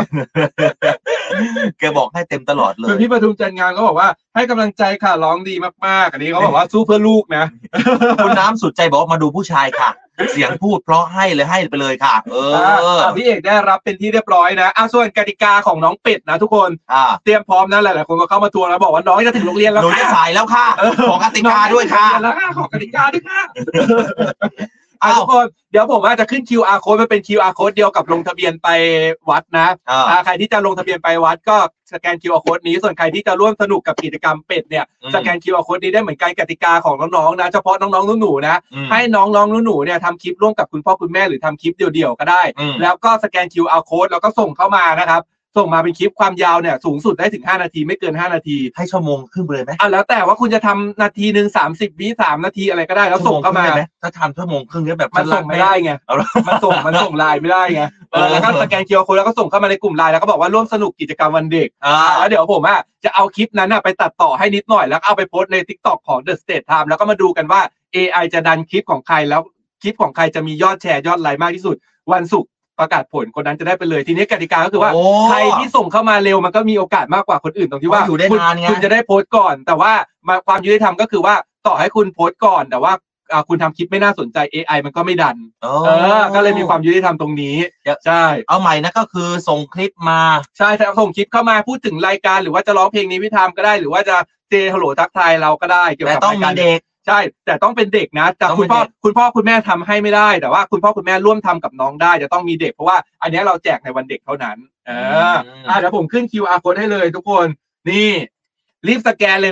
แกบอกให้เต็มตลอดเลคือย พี่ปทุมจันงานก็บอกว่าให้กำลังใจค่ะร้องดีมากๆอันนี้เขาบอกว่าสู้เพื่อลูกนะคุณน้ำสุดใจบอกว่ามาดูผู้ชายค่ะ เสียงพูดเพราะให้เลยให้ไปเลยค่ะ เอออ่ะพี่เอกได้รับเป็นที่เรียบร้อยนะอ่ะส่วนกติกาของน้องเป็ดนะทุกคนอ่าเตรียมพร้อมนะหลายๆคนก็เข้ามาทวงแล้วบอกว่าน้องจะถึงโรงเรียนแล้วหนูจะค่ะสายแล้วค่ะเออขอกติกาด้วยค่ะน้องจถึงโรงเรียนแล้วค่ะขอกติกาด้วยค่ะอ่ะทุกคนเดี๋ยวผมอาจจะขึ้น คิว อาร์ code มันเป็น คิว อาร์ code เดียวกับลงทะเบียนไปวัดนะอ่าอ่าใครที่จะลงทะเบียนไปวัดก็สแกน คิว อาร์ code นี้ส่วนใครที่จะร่วมสนุกกับกิจกรรมเป็ดเนี่ยอืมสแกน คิว อาร์ code นี้ได้เหมือนกันกติกาของน้องๆนะเฉพาะน้องๆหนูๆนะอืมให้น้องๆหนูๆเนี่ยทำคลิปร่วมกับคุณพ่อคุณแม่หรือทำคลิปเดี่ยวๆก็ได้อืมแล้วก็สแกน คิว อาร์ code แล้วก็ส่งเข้ามานะครับส่งมาเป็นคลิปความยาวเนี่ยสูงสุดได้ถึงห้านาทีไม่เกินห้านาทีให้ชั่วโมงครึ่งไปเลยไหมอ่ะแล้วแต่ว่าคุณจะทำนาทีหนึ่งสามสิบวิสามนาทีอะไรก็ได้แล้วส่งเข้ามาชั่วโงครึ่งได้ไหถ้าทำชั่วโมงครึ่งเนี้ยแบบมันส่งไม่ได้ไงเอาละมันส่งมันส่งไลน์ไม่ได้ไงเออแล้วก็สแกน คิว อาร์ code แล้วก็ส่งเข้ามาในกลุ่มไลน์แล้วก็บอกว่าร่วมสนุกกิจกรรมวันเด็กอ่าแล้วเดี๋ยวผมอ่ะจะเอาคลิปนั้นอ่ะไปตัดต่อให้นิดหน่อยแล้วเอาไปโพสต์ใน TikTok ของ The State Time แล้วก็มาดูกันว่า เอ ไอ จะดันคลิปของใครแล้วคลิปของใครจะมียอดแชร์ยอดไลค์มากที่สุดวันศุกร์ประกาศผลคนนั้นจะได้ไปเลยทีนี้กติกาก็คือว่าโอ้ใครที่ส่งเข้ามาเร็วมันก็มีโอกาสมากกว่าคนอื่นตรงที่ว่าอยู่ได้คุณนานไงคุณจะได้โพสต์ก่อน แต่ว่ามาความยุติธรรมก็คือว่าต่อให้คุณโพสต์ก่อนแต่ว่าอ่าคุณทำคลิปไม่น่าสนใจ เอ ไอ มันก็ไม่ดันโอ้เออก็เลยมีความยุติธรรมตรงนี้ใช่เอาใหม่นะก็คือส่งคลิปมาใช่แต่ส่งคลิปเข้ามาพูดถึงรายการหรือว่าจะร้องเพลงนี้วิธามก็ได้หรือว่าจะเจฮัลโหลทักทายเราก็ได้เกี่ยวแต่กับต้องรายมีการเด็กใช่แต่ต้องเป็นเด็กนะแต่ต้องคุณพ่อเป็นเด็กคุณพ่อคุณแม่ทำให้ไม่ได้แต่ว่าคุณพ่อคุณแม่ร่วมทำกับน้องได้จะต้องมีเด็กเพราะว่าอันนี้เราแจกในวันเด็กเท่านั้นเอออ่ะเดี๋ยวผมขึ้น คิว อาร์ code ให้เลยทุกคนนี่รีบสแกนเลยนะ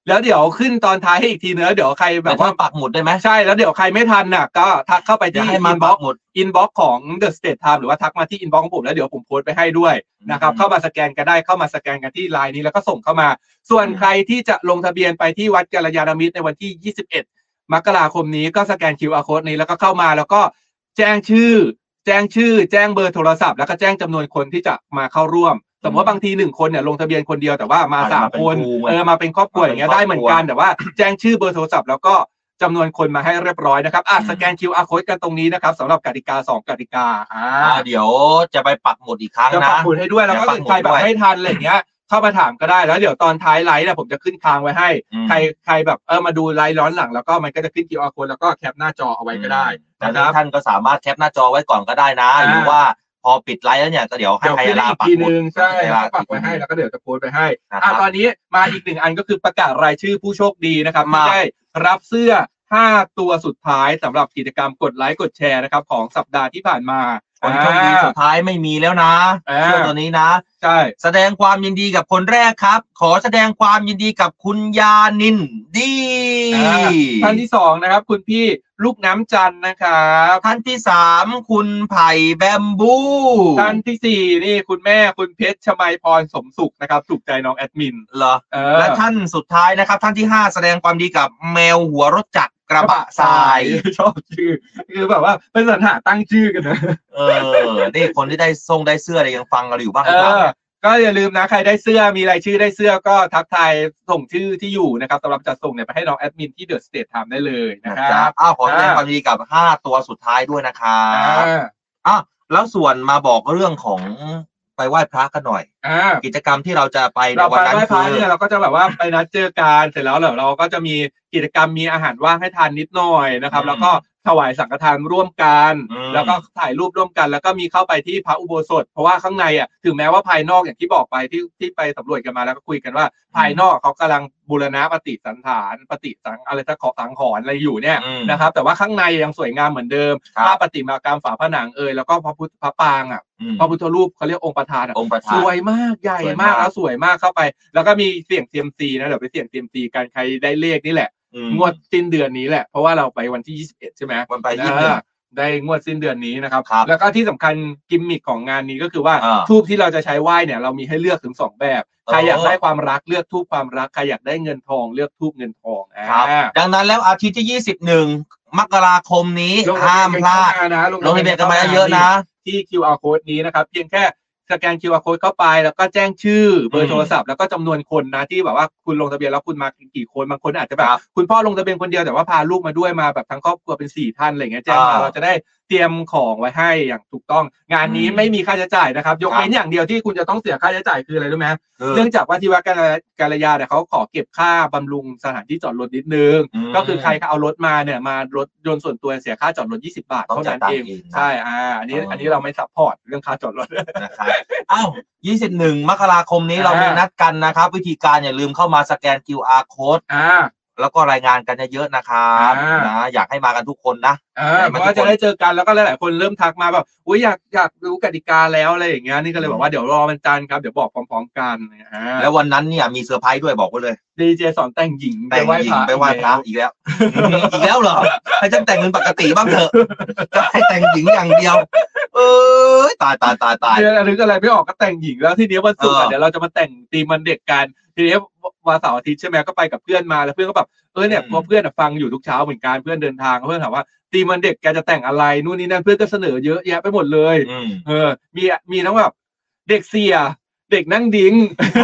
แล้วเดี๋ยวขึ้นตอนท้ายให้อีกทีเนื้อเดี๋ยวใครแบบว่าปักหมุดได้ไหมใช่แล้วเดี๋ยวใครไม่ทันน่ะก็ทักเข้าไปที่อินบ็อกซ์อินบ็อกซ์ของ The State Time หรือว่าทักมาที่อินบ็อกซ์ของผมแล้วเดี๋ยวผมโพสต์ไปให้ด้วยนะครับเข้ามาสแกนกันได้เข้ามาสแกนกันที่ไลน์นี้แล้วก็ส่งเข้ามาส่วนใครที่จะลงทะเบียนไปที่วัดกัลยาณมิตรในวันที่ยี่สิบเอ็ดมกราคมนี้ก็สแกน คิว อาร์ Code นี้แล้วก็เข้ามาแล้วก็แจ้งชื่อแจ้งชื่อแจ้งเบอร์โทรศัพท์แล้วก็แจ้งจำนวนคนที่จะมาเข้าร่วมสมมติว่าบางทีหนึ่งคนเนี่ยลงทะเบียนคนเดียวแต่ว่ามาสามคนเออมาเป็นครอบครัวอย่างเงี้ยได้เหมือนกันแต่ว่าแจ้งชื่อเบอร์โทรศัพท์แล้วก็จำนวนคนมาให้เรียบร้อยนะครับอ่ะสแกน คิว อาร์ Code กันตรงนี้นะครับสำหรับกติกาสองกติกาอ่าเดี๋ยวจะไปปักหมุดอีกครั้งนะจะปักหมุดให้ด้วยแล้วก็ใครแบบไม่ทันอะไรเงี้ยเข้ามาถามก็ได้แล้วเดี๋ยวตอนท้ายไลฟ์เนี่ยผมจะขึ้นค้างไว้ให้ใครใครแบบเออมาดูไลฟ์ย้อนหลังแล้วก็มันก็จะขึ้น คิว อาร์ Code แล้วก็แคปหน้าจอเอาไว้ก็ได้นะครับท่านก็สามารถแคปหน้าจอไว้ก่อนก็ได้นะหรือว่าพอปิดไลฟ์แล้วเนี่ยก็เดี๋ยวให้ไทยลาปักหมุดใช่ปักไว้ให้แล้วก็เดี๋ยวจะโพสต์ไปให้อ่ะตอนนี้มาอีกหนึ่งอันก็คือประกาศรายชื่อผู้โชคดีนะครับที่ได้รับเสื้อห้าตัวสุดท้ายสำหรับกิจกรรมกดไลค์กดแชร์นะครับของสัปดาห์ที่ผ่านมาคนโชคดีสุดท้ายไม่มีแล้วนะเสื้อตัวนี้นะใช่แสดงความยินดีกับคนแรกครับขอแสดงความยินดีกับคุณยานินดีท่านที่สองนะครับคุณพี่ลูกน้ำจันนะครับท่านที่สามคุณไผ่แบมบูท่านที่สี่นี่คุณแม่คุณเพชรชมัยพรสมสุขนะครับถูกใจน้องแอดมินเหรอและท่านสุดท้ายนะครับท่านที่ห้าแสดงความดีกับแมวหัวรถจักรกระบะทรายชอบชื่อคือแบบว่าเป็นสรรหาตั้งชื่อกันนะเออนี่คนที่ได้ส่งได้เสื้ออะไรยังฟังเราอยู่บ้างหรือเปล่าก็อย่าลืมนะใครได้เสื้อมีรายชื่อได้เสื้อก็ทักทายส่งชื่อที่อยู่นะครับสำหรับจัดส่งเนี่ยไปให้น้องแอดมินที่ The State Time ได้เลยนะครับอ้าวขอแสดงความยินดีกับห้าตัวสุดท้ายด้วยนะครับอ้าวแล้วส่วนมาบอกเรื่องของไปไหว้พระกันหน่อยกิจกรรมที่เราจะไปในวันนั้นคือเนี่ยเราก็จะแบบว่าไปนัดเจอกันเสร็จแล้วเราก็จะมีกิจกรรมมีอาหารว่างให้ทานนิดหน่อยนะครับแล้วก็ถวายสังฆทานร่วมกันแล้วก็ถ่ายรูปร่วมกันแล้วก็มีเข้าไปที่พระอุโบสถเพราะว่าข้างในอ่ะถึงแม้ว่าภายนอกอย่างที่บอกไปที่ที่ไปสำรวจกันมาแล้วก็คุยกันว่าภายนอกเขากำลังบูรณะปฏิสันฐานปฏิสังอะไรสักขอสังหรณ์อะไรอยู่เนี่ยนะครับแต่ว่าข้างในยังสวยงามเหมือนเดิมภาพปฏิมากรรมฝาผนังเอ่ยแล้วก็พระพุทธพระปางอ่ะพระพุทธรูปเขาเรียกองค์ประธานสวยมากใหญ่มากแล้วสวยมากเข้าไปแล้วก็มีเสี่ยงเซียมซีนะเดี๋ยวไปเสี่ยงเซียมซีกันใครได้เลขนี่แหละงวดสิ้นเดือนนี้แหละเพราะว่าเราไปวันที่ยี่สิบเอ็ดใช่ไหมวันไปยี่สิบเอ็ดได้งวดสิ้นเดือนนี้นะครับแล้วก็ที่สำคัญกิมมิคของงานนี้ก็คือว่าทูบที่เราจะใช้ไหว้เนี่ยเรามีให้เลือกถึงสองแบบใครอยากได้ความรักเลือกทูบความรักใครอยากได้เงินทองเลือกทูบเงินทองดังนั้นแล้วอาทิตย์ที่ยี่สิบเอ็ดมกราคมนี้ห้ามพลาดลงทะเบียนกันมาเยอะนะที่ คิว อาร์ Code นี้นะครับเพียงแค่สแกน คิว อาร์ Code เข้าไปแล้วก็แจ้งชื่อเบอร์โทรศัพท์แล้วก็จำนวนคนนะที่แบบว่าคุณลงทะเบียนแล้วคุณมากี่คนบางคนอาจจะแบบคุณพ่อลงทะเบียนคนเดียวแต่ว่าพาลูกมาด้วยมาแบบทั้งครอบครัวเป็นสี่ท่านอะไรเงี้ยแจ้งมาเราจะได้เตรียมของไว้ให้อย่างถูกต้องงานนี้ไม่มีค่าใช้จ่ายนะครับยกเว้นอย่างเดียวที่คุณจะต้องเสียค่าใช้จ่ายคืออะไรรู้ไหมเนื่องจากว่าที่วัดกัลยาเนี่ยเขาขอเก็บค่าบำรุงสถานที่จอดรถนิดนึงก็คือใครเอารถมาเนี่ยมารถยนต์ส่วนตัวเสียค่าจอดรถยี่สิบบาทเท่านั้นเองใช่อ่าอันนี้อันนี้เราไม่ซัพพอร์ตเรื่องค่าจอดรถนะครับอ้าวยี่สิบเอ็ดมกราคมนี้เรามีนัดกันนะครับวิธีการอย่าลืมเข้ามาสแกน คิว อาร์ Code อ่าแล้วก็รายงานกันเยอะๆนะครับนะอยากให้มากันทุกคนนะเพราะว่าจะได้เจอกันแล้วก็หลายๆคนเริ่มทักมาแบบอุ้ยอยากอยากรู้กติกาแล้วอะไรอย่างเงี้ยนี่ก็เลยบอกว่าเดี๋ยวรอวันจันทร์ครับเดี๋ยวบอกพร้อมๆกันแล้ววันนั้นเนี่ยมีเซอร์ไพรส์ด้วยบอกไว้เลยดีเจสอนแต่งหญิงแต่งหญิงไปไหว้พระอีกแล้วอีกแล้วเหรอให้ฉันแต่งเป็นปกติบ้างเถอะจะให้แต่งหญิงอย่างเดียวเออตายตายตายตายเรื่องอะไรไม่ออกก็แต่งหญิงแล้วทีนี้วันศุกร์เดี๋ยวเราจะมาแต่งธีมวันเด็กกันทีนี้วันเสาร์อาทิตย์ใช่ไหมก็ไปกับเพื่อนมาแล้วเพื่อนก็แบบเออเนี่ยพอเพื่อนฟังอยู่ทุกเช้าเหมือนกันเพื่อนเดินทางเพื่อนถามว่าธีมวันเด็กแกจะแต่งอะไรนู่นนี่นั่นเพื่อนก็เสนอเยอะแยะไปหมดเลยเออมีมีทั้งแบบเด็กเสียเด็กนั่งดิ้ง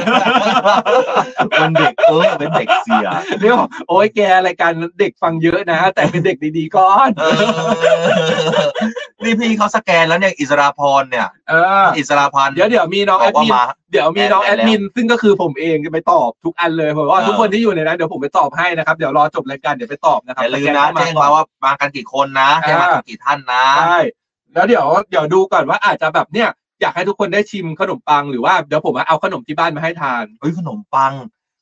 เป็นเด็กเออเป็นเด็กเสียเรียกว่าโอ๊ยแกรายการเด็กฟังเยอะนะแต่เป็นเด็กดีๆก่อนนี่พี่เขาสแกนแล้วเนี่ยอิสราพรเนี่ยเอออิสราพันธ์เดี๋ยวเดี๋ยวมีน้องแอดมินเดี๋ยวมีน้องแอดมินซึ่งก็คือผมเองจะไปตอบทุกอันเลยเพราะว่าทุกคนที่อยู่ในนั้นเดี๋ยวผมไปตอบให้นะครับเดี๋ยวรอจบรายการเดี๋ยวไปตอบนะครับอย่าลืมนะแจ้งมาว่ามากันกี่คนนะแจ้งมากันกี่ท่านนะใช่แล้วเดี๋ยวเดี๋ยวดูก่อนว่าอาจจะแบบเนี่ยอยากให้ทุกคนได้ชิมขนมปังหรือว่าเดี๋ยวผมเอาขนมที่บ้านมาให้ทานเฮ้ยขนมปัง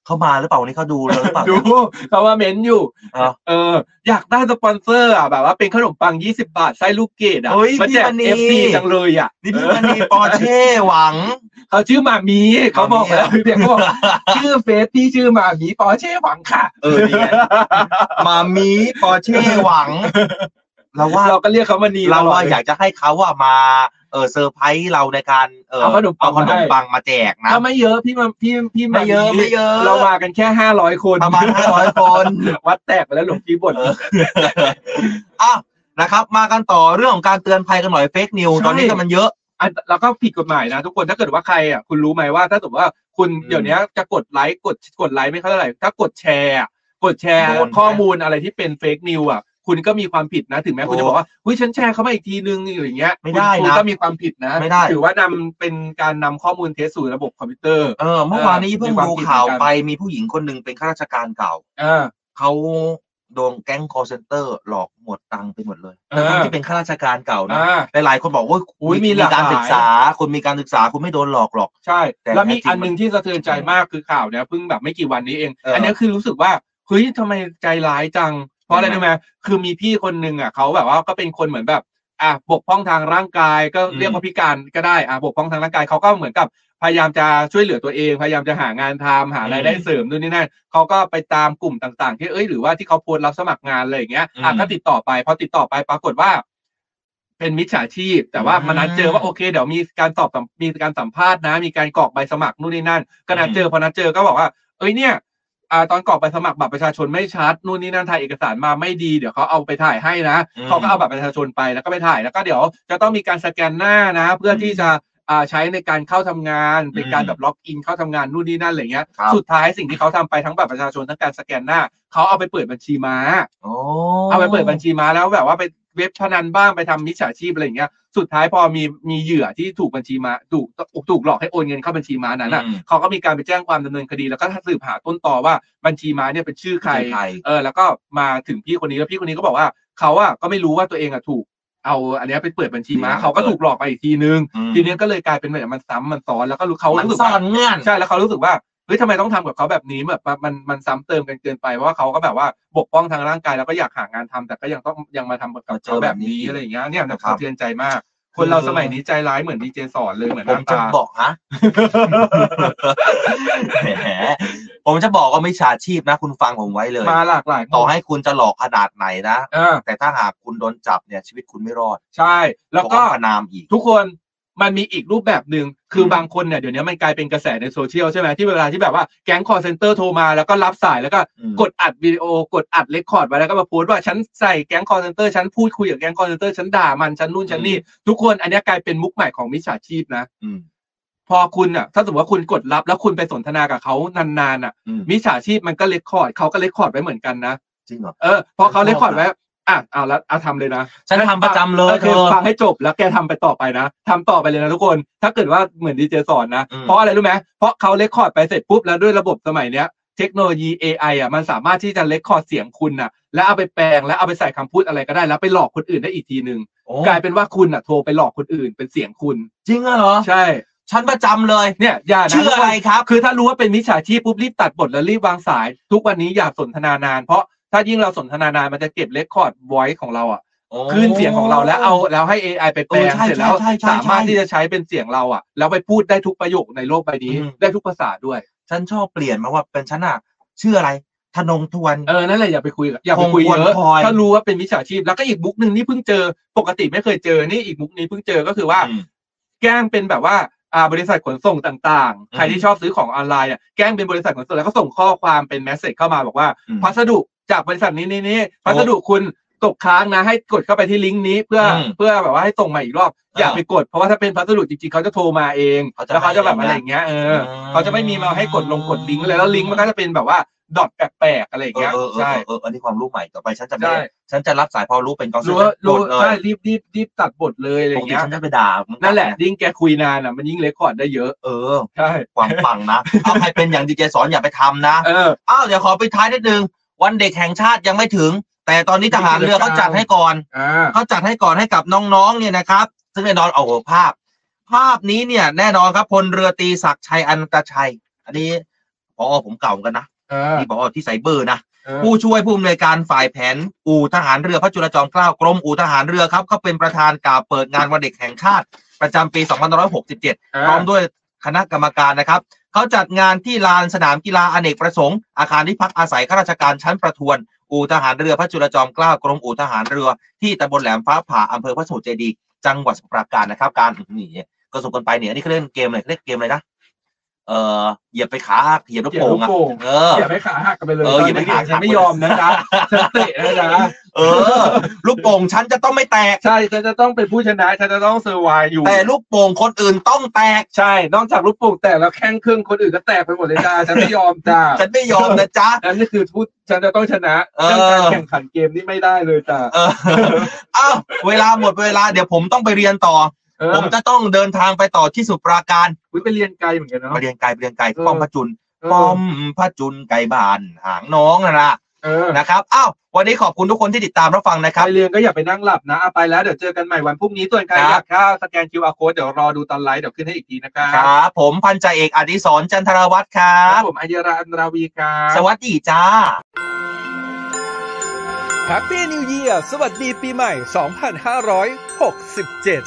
เขามาหรือเปล่าวันนี้เขาดูเลยหรือเปล่าดูเขาว่าเม้นอยู่เออเอออยากได้สปอนเซอร์อ่ะแบบว่าเป็นขนมปังยี่สิบบาทไส้ลูกเกดอ่ะเฮ้ยมาแจกพี่มณีเอฟซีจังเลยอ่ะนี่พี่มณีปอร์เช่หวังเขาชื่อมามีเขาบอกมามีแล้วเดี๋ยวเขาบอกชื่อเฟซพี่ชื่อมามีปอร์เช่หวังค่ะเออเนี่ยมามีปอร์เช่หวังเราว่าเราก็เรียกเขามานีเราว่าตลดลอยากจะให้เขาว่ามาเออเซอร์ไพรส์เราในการเออเอาขนมปังเอาขนมปังมาแจกนะถ้าไม่เยอะพี่มาพี่พี่ไม่เยอะาไม่เยอะเรามากันแค่ห้าร้อยคนประมาณห้าร้อยคนวัดแตกไปแล้วหลวงพี่บ่นอ้าวนะครับ มากันต่อเรื่องของการเตือนภัยกันหน่อยเฟกนิวใช่ตอนนี้ก็มันเยอะอันแล้วก็ผิดกฎหมายนะทุกคนถ้าเกิดว่าใครอ่ะคุณรู้ไหมว่าถ้าสมมติว่าคุณอืมเดี๋ยวนี้จะกดไลค์กดกดไลค์ไม่เท่าไหร่ถ้ากดแชร์อะกดแชร์โดนข้อมูลอะไรที่เป็นเฟกนิวอ่ะคุณก็มีความผิดนะถึงแม้คุณโอ้จะบอกว่าอุ้ยฉันแชร์เขามาอีกทีนึงอย่างเงี้ยไม่ได้คุณนะก็มีความผิดนะไม่ได้ถือว่านำเป็นการนำข้อมูลเท็จสู่ระบบคอมพิวเตอร์เออเมื่อวานนี้เพิ่งมีความดูผิดข่าวเหมือนกันไปมีผู้หญิงคนหนึ่งเป็นข้าราชการเก่าอ่าเขาโดนแก๊ง call center หลอกหมดตังค์ไปหมดเลยเออทั้งที่เป็นข้าราชการเก่านะอ่าหลายๆคนบอกว่าอุ๊ยมีมีหลากหลายการศึกษาคุณมีการศึกษาคุณไม่โดนหลอกหรอกใช่แต่แล้วมีแท้จริงอันหนึงที่สะเทือนใจมากคือข่าวเนี้ยเพิ่งแบบไม่กี่วันนี้เองเอออัอันเนี้ยคือรู้สึกว่าเฮ้ยทำไมใจร้ายจังเพราะอะไรรู้ไหมคือมีพี่คนหนึ่งอ่ะเขาแบบว่าก็เป็นคนเหมือนแบบอ่ะบกพร่องทางร่างกายก็เรียกว่าพิการก็ได้อ่ะบกพร่องทางร่างกายเขาก็เหมือนกับพยายามจะช่วยเหลือตัวเองพยายามจะหางานทำหารายได้เสริมนู่นนี่นั่นเขาก็ไปตามกลุ่มต่างๆที่เอ้ยหรือว่าที่เขาโพสต์รับสมัครงานอะไรอย่างเงี้ยอ่ะก็ติดต่อไปพอติดต่อไปปรากฏว่า เป็นมิจฉาชีพแต่ว่ามันนัดเจอว่าโอเคเดี๋ยวมีการสอบสัมมีการสัมภาษณ์นะ มีการกรอกใบสมัครนู่นนี่นั่นก็นัดเจอพอนัดเจอก็บอกว่าเอ้ยเนี่ยอ่าตอนกรอกใบสมัครบัตรประชาชนไม่ชัดนู่นนี่นั่นถ่ายเอกสารมาไม่ดีเดี๋ยวเขาเอาไปถ่ายให้นะเขาก็เอาบัตรประชาชนไปแล้วก็ไปถ่ายแล้วก็เดี๋ยวจะต้องมีการสแกนหน้านะ เพื่อที่จะอ่าใช้ในการเข้าทำงานเป็นการแบบล็อกอินเข้าทำงานนู่นนี่นั่นอะไรเงี้ยสุดท้ายสิ่งที่เขาทำไปทั้งบัตรประชาชนทั้งการสแกนหน้าเขาเอาไปเปิดบัญชีม้าเอาไปเปิดบัญชีม้าแล้วแบบว่าไปเว็บพนันบ้างไปทำมิจฉาชีพอะไรอย่างเงี้ยสุดท้ายพอมีมีเหยื่อที่ถูกบัญชีม้าถูกถูกหลอกให้โอนเงินเข้าบัญชีม้านั้นอ่ะเขาก็มีการไปแจ้งความดำเนินคดีแล้วก็สืบหาต้นตอว่าบัญชีม้าเนี่ยเป็นชื่อใครเออแล้วก็มาถึงพี่คนนี้แล้วพี่คนนี้ก็บอกว่าเขาอ่ะก็ไม่รู้ว่าตัวเองอ่ะถูกเอาอันนี้ไปเปิดบัญชีม้าเขาก็ถูกหลอกไปอีกทีนึงทีนี้ก็เลยกลายเป็นเหมือนมันซ้ำมันซ้อนแล้วก็รู้เขารู้สึกว่าใช่แล้วเขารู้สึกว่าเฮ้ยทำไมต้องทำกับเขาแบบนี้แบบมันมันซ้ำเติมกันเกินไปเพราะว่าเขาก็แบบว่าบกพร่องทางร่างกายแล้วก็อยากหางานทำแต่ก็ยังต้องยังมาทำกับเขาแบบนี้อะไรอย่างเงี้ยเนี่ยมันสะเทือนใจมากคนเราสมัยนี้ใจร้ายเหมือนดีเจสอนเลยเหมือนผมจะบอกฮะ ผมจะบอกว่ามิจฉาชีพนะคุณฟังผมไว้เลยมาหลากหลายต่อให้คุณจะหลอกขนาดไหนนะเออแต่ถ้าหากคุณโดนจับเนี่ยชีวิตคุณไม่รอดใช่แล้วก็ประนามอีกทุกคนมันมีอีกรูปแบบหนึ่งคือบางคนเนี่ยเดี๋ยวนี้มันกลายเป็นกระแสในโซเชียลใช่ไหมที่เวลาที่แบบว่าแก๊งคอลเซ็นเตอร์โทรมาแล้วก็รับสายแล้วก็กดอัดวิดีโอกดอัดเรคคอร์ดไว้แล้วก็มาโพสต์ว่าฉันใส่แก๊งคอลเซ็นเตอร์ฉันพูดคุยกับแก๊งคอลเซ็นเตอร์ฉันด่ามันฉันนู่นฉันนี่ทุกคนอันนี้กลายเป็นมุกใหม่ของมิจฉาชีพนะพอคุณอ่ะถ้าสมมติว่าคุณกดรับแล้วคุณไปสนทนากับเขานานๆอ่ะมิจฉาชีพมันก็เรคคอร์ดเขาก็เรคคอร์ดไว้เหมือนกันนะจริงเหรอเออพอเขาเรคคอร์ดไว้อ่ะเอาแล้วเอาทำเลยนะฉันทำประจำเลยคือฟังให้จบแล้วแกทำไปต่อไปนะทำต่อไปเลยนะทุกคนถ้าเกิดว่าเหมือนดีเจสอนนะเพราะอะไรรู้ไหมเพราะเขาเรคคอร์ดไปเสร็จปุ๊บแล้วด้วยระบบสมัยเนี้ยเทคโนโลยี เอ ไอ อ่ะมันสามารถที่จะเรคคอร์ดเสียงคุณน่ะแล้วเอาไปแปลงแล้วเอาไปใส่คำพูดอะไรก็ได้แล้วไปหลอกคนอื่นได้อีกทีนึงกลายเป็นว่าคุณอ่ะโทรไปหลอกคนอื่นเป็นเสียงคุณจริงเหรอใช่ฉันประจำเลยเนี่ยอย่าชื่ออะไรครับคือถ้ารู้ว่าเป็นมิจฉาชีพปุ๊บรีบตัดบทแล้วรีบวางสายทุกวันนี้อย่าสนทนานานเพราะถ้ายิ่งเราสนทนานานมันจะเก็บเรคคอร์ดไว้ของเราอ่ะคลื่นเสียงของเราแล้วเอาแล้วให้ เอ ไอ ไปแปลงเสร็จแล้วสามารถที่จะใช้เป็นเสียงเราอ่ะแล้วไปพูดได้ทุกประโยคในโลกใบนี้ได้ทุกภาษาด้วยฉันชอบเปลี่ยนมาว่าเป็นฉันอ่ะชื่ออะไรธนงทวนเออนั่นแหละอย่าไปคุยอย่าไปคุยเยอะถ้ารู้ว่าเป็นมิจฉาชีพแล้วก็อีกมุกนึงนี่เพิ่งเจอปกติไม่เคยเจอนี่อีกมุกนี้เพิ่งเจอก็คือว่าแกล้งเป็นแบบว่าอ่าบริษัทขนส่งต่างๆใครที่ชอบซื้อของออนไลน์อ่ะแกล้งเป็นบริษัทขนส่งแล้วก็ส่งข้อความเป็นเมสเสจเข้ามาบอกว่าพัสดุจากบริษัทนี้นี่พัสดุคุณตกค้างนะให้กดเข้าไปที่ลิงก์นี้เพื่อเพื่อแบบว่าให้ส่งมาอีกรอบอย่าไปกดเพราะว่าถ้าเป็นพัสดุจริงๆเขาจะโทรมาเองแล้วเขาจะแบบอะไรอย่างเงี้ยเออเขาจะไม่มีมาให้กดลงกดลิงก์เลยแล้วลิงก์มันก็จะเป็นแบบว่าดอทแปลกๆอะไรอย่างเงี้ยใช่เอออันนี้ความรู้ใหม่ต่อไปฉันจะไม่ฉันจะรับสายพอรู้เป็นกองรู้รู้ใช่รีบรีบรีบตัดบทเลยอะไรอย่างเงี้ยฉันจะไปด่านั่นแหละยิ่งแกคุยนานอ่ะมันยิ่งเรคคอร์ดได้เยอะเออใช่ความปังนะเอาใครเป็นอย่างดีเจสอนอย่าไปทำนะเอออ้าวเดี๋ยวขอไปท้ายนิดนึงวันเด็กแห่งชาติยังไม่ถึงแต่ตอนนี้ทหารเรือเขาจัดให้ก่อนเขาจัดให้ก่อนให้กับน้องๆเนี่ยนะครับซึ่งแน่นอนเอาภาพภาพนี้เนี่ยแน่นอนครับพลเรือตีศักดิ์ชัยอันตชัยอันนี้ผอผมเก่ากันนะที่ผอที่ไซเบอร์นะอผู้ช่วยผู้อำนวยการฝ่ายแผนอู่ทหารเรือพระจุลจอมเกล้ากรมอู่ทหารเรือครับเขาเป็นประธานกล่าวเปิดงานวันเด็กแห่งชาติประจำปีสองพันห้าร้อยหกสิบเจ็ดพร้อมด้วยคณะกรรมการนะครับเขาจัดงานที่ลานสนามกีฬาอเนกประสงค์อาคารที่พักอาศัยข้าราชการชั้นประทวนอู่ทหารเรือพระจุลจอมเกล้ากรมอู่ทหารเรือที่ตำบลแหลมฟ้าผ่าอำเภอพระสมุทรเจดีย์จังหวัดสมุทรปราการนะครับการนี่ก็ส่งกันไปเนี่ยนี่เขาเล่นเกมอะไรเล่นเกมอะไรนะเออเหยียบไปขาเหยียบลูกโป่งอ่ะเออเหยียบไปขาหักกันไปเลยเออเหยียบไปขาฉันไม่ยอมนะจ๊ะฉันเตะนะจ๊ะเออลูกโป่งฉันจะต้องไม่แตกใช่ฉันจะต้องเป็นผู้ชนะฉันจะต้องเซอร์ไวฟ์อยู่แต่ลูกโป่งคนอื่นต้องแตกใช่นอกจากลูกโป่งแตกแล้วแข้งครึ่งคนอื่นก็แตกไปหมดเลยจ้าฉันไม่ยอมจ้าฉันไม่ยอมนะจ๊ะนั่นนี่คือพูดฉันจะต้องชนะเรื่องการแข่งขันเกมนี่ไม่ได้เลยจ้าอ้าวเวลาหมดเวลาเดี๋ยวผมต้องไปเรียนต่อผมจะต้องเดินทางไปต่อที่สมุทรปราการวิไปเรียนไกลเหมือนกันเนาะไปเรียนไกลไปเรียนไกลป้อมพระจุลป้อมพระจุลไกลบ้านหางน้องนะนะนะครับอ้าววันนี้ขอบคุณทุกคนที่ติดตามรับฟังนะครับไปเรียนก็อย่าไปนั่งหลับนะไปแล้วเดี๋ยวเจอกันใหม่วันพรุ่งนี้ส่วนใครอยากเข้าสแกน คิว อาร์ Code เดี๋ยวรอดูตอนไลฟ์เดี๋ยวขึ้นให้อีกทีนะครับครับผมพันจ่าเอกอดิศรจันทรวัฒน์ครับผมอัยราอันราวีครับสวัสดีจ้า Happy New Year สวัสดีปีใหม่สองพันห้าร้อยหกสิบเจ็ด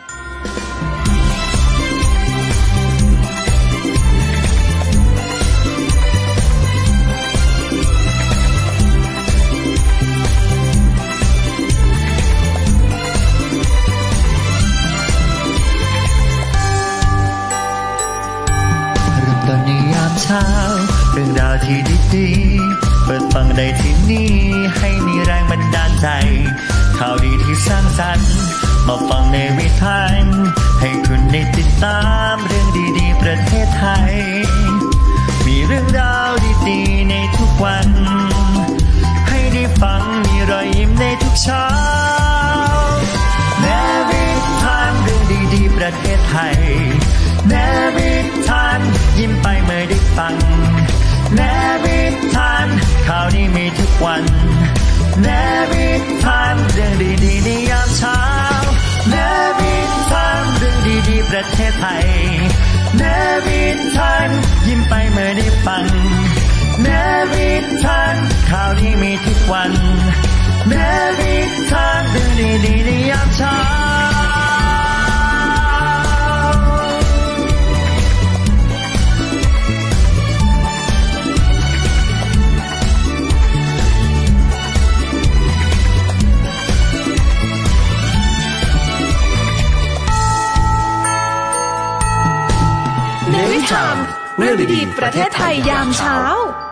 ในยามเช้าเรื่องราวที่ดีๆเปิดฟังได้ที่นี่ให้มีแรงบันดาลใจข่าวดีที่สร้างสรรค์มาฟังในวิถีให้คุณได้ติดตามเรื่องดีๆประเทศไทยมีเรื่องราวดีๆในทุกวันให้ได้ฟังมีรอยยิ้มในทุกเช้าแนวิทานเรื่องดีๆประเทศไทยแนวิทานยิ้มไปเมื่อได้ฟังแนวิทานข่าวนี้มีทุกวันแนวิทานเรื่องดีๆในยามเช้าแนวิทานเรื่องดีๆประเทศไทยแนวิทานยิ้มไปเมื่อได้ฟังแนวิทานข่าวนี้มีทุกวันแนวิทานเรื่องดีๆในยามเช้าเรื่องดีๆประเทศไทยยามเช้า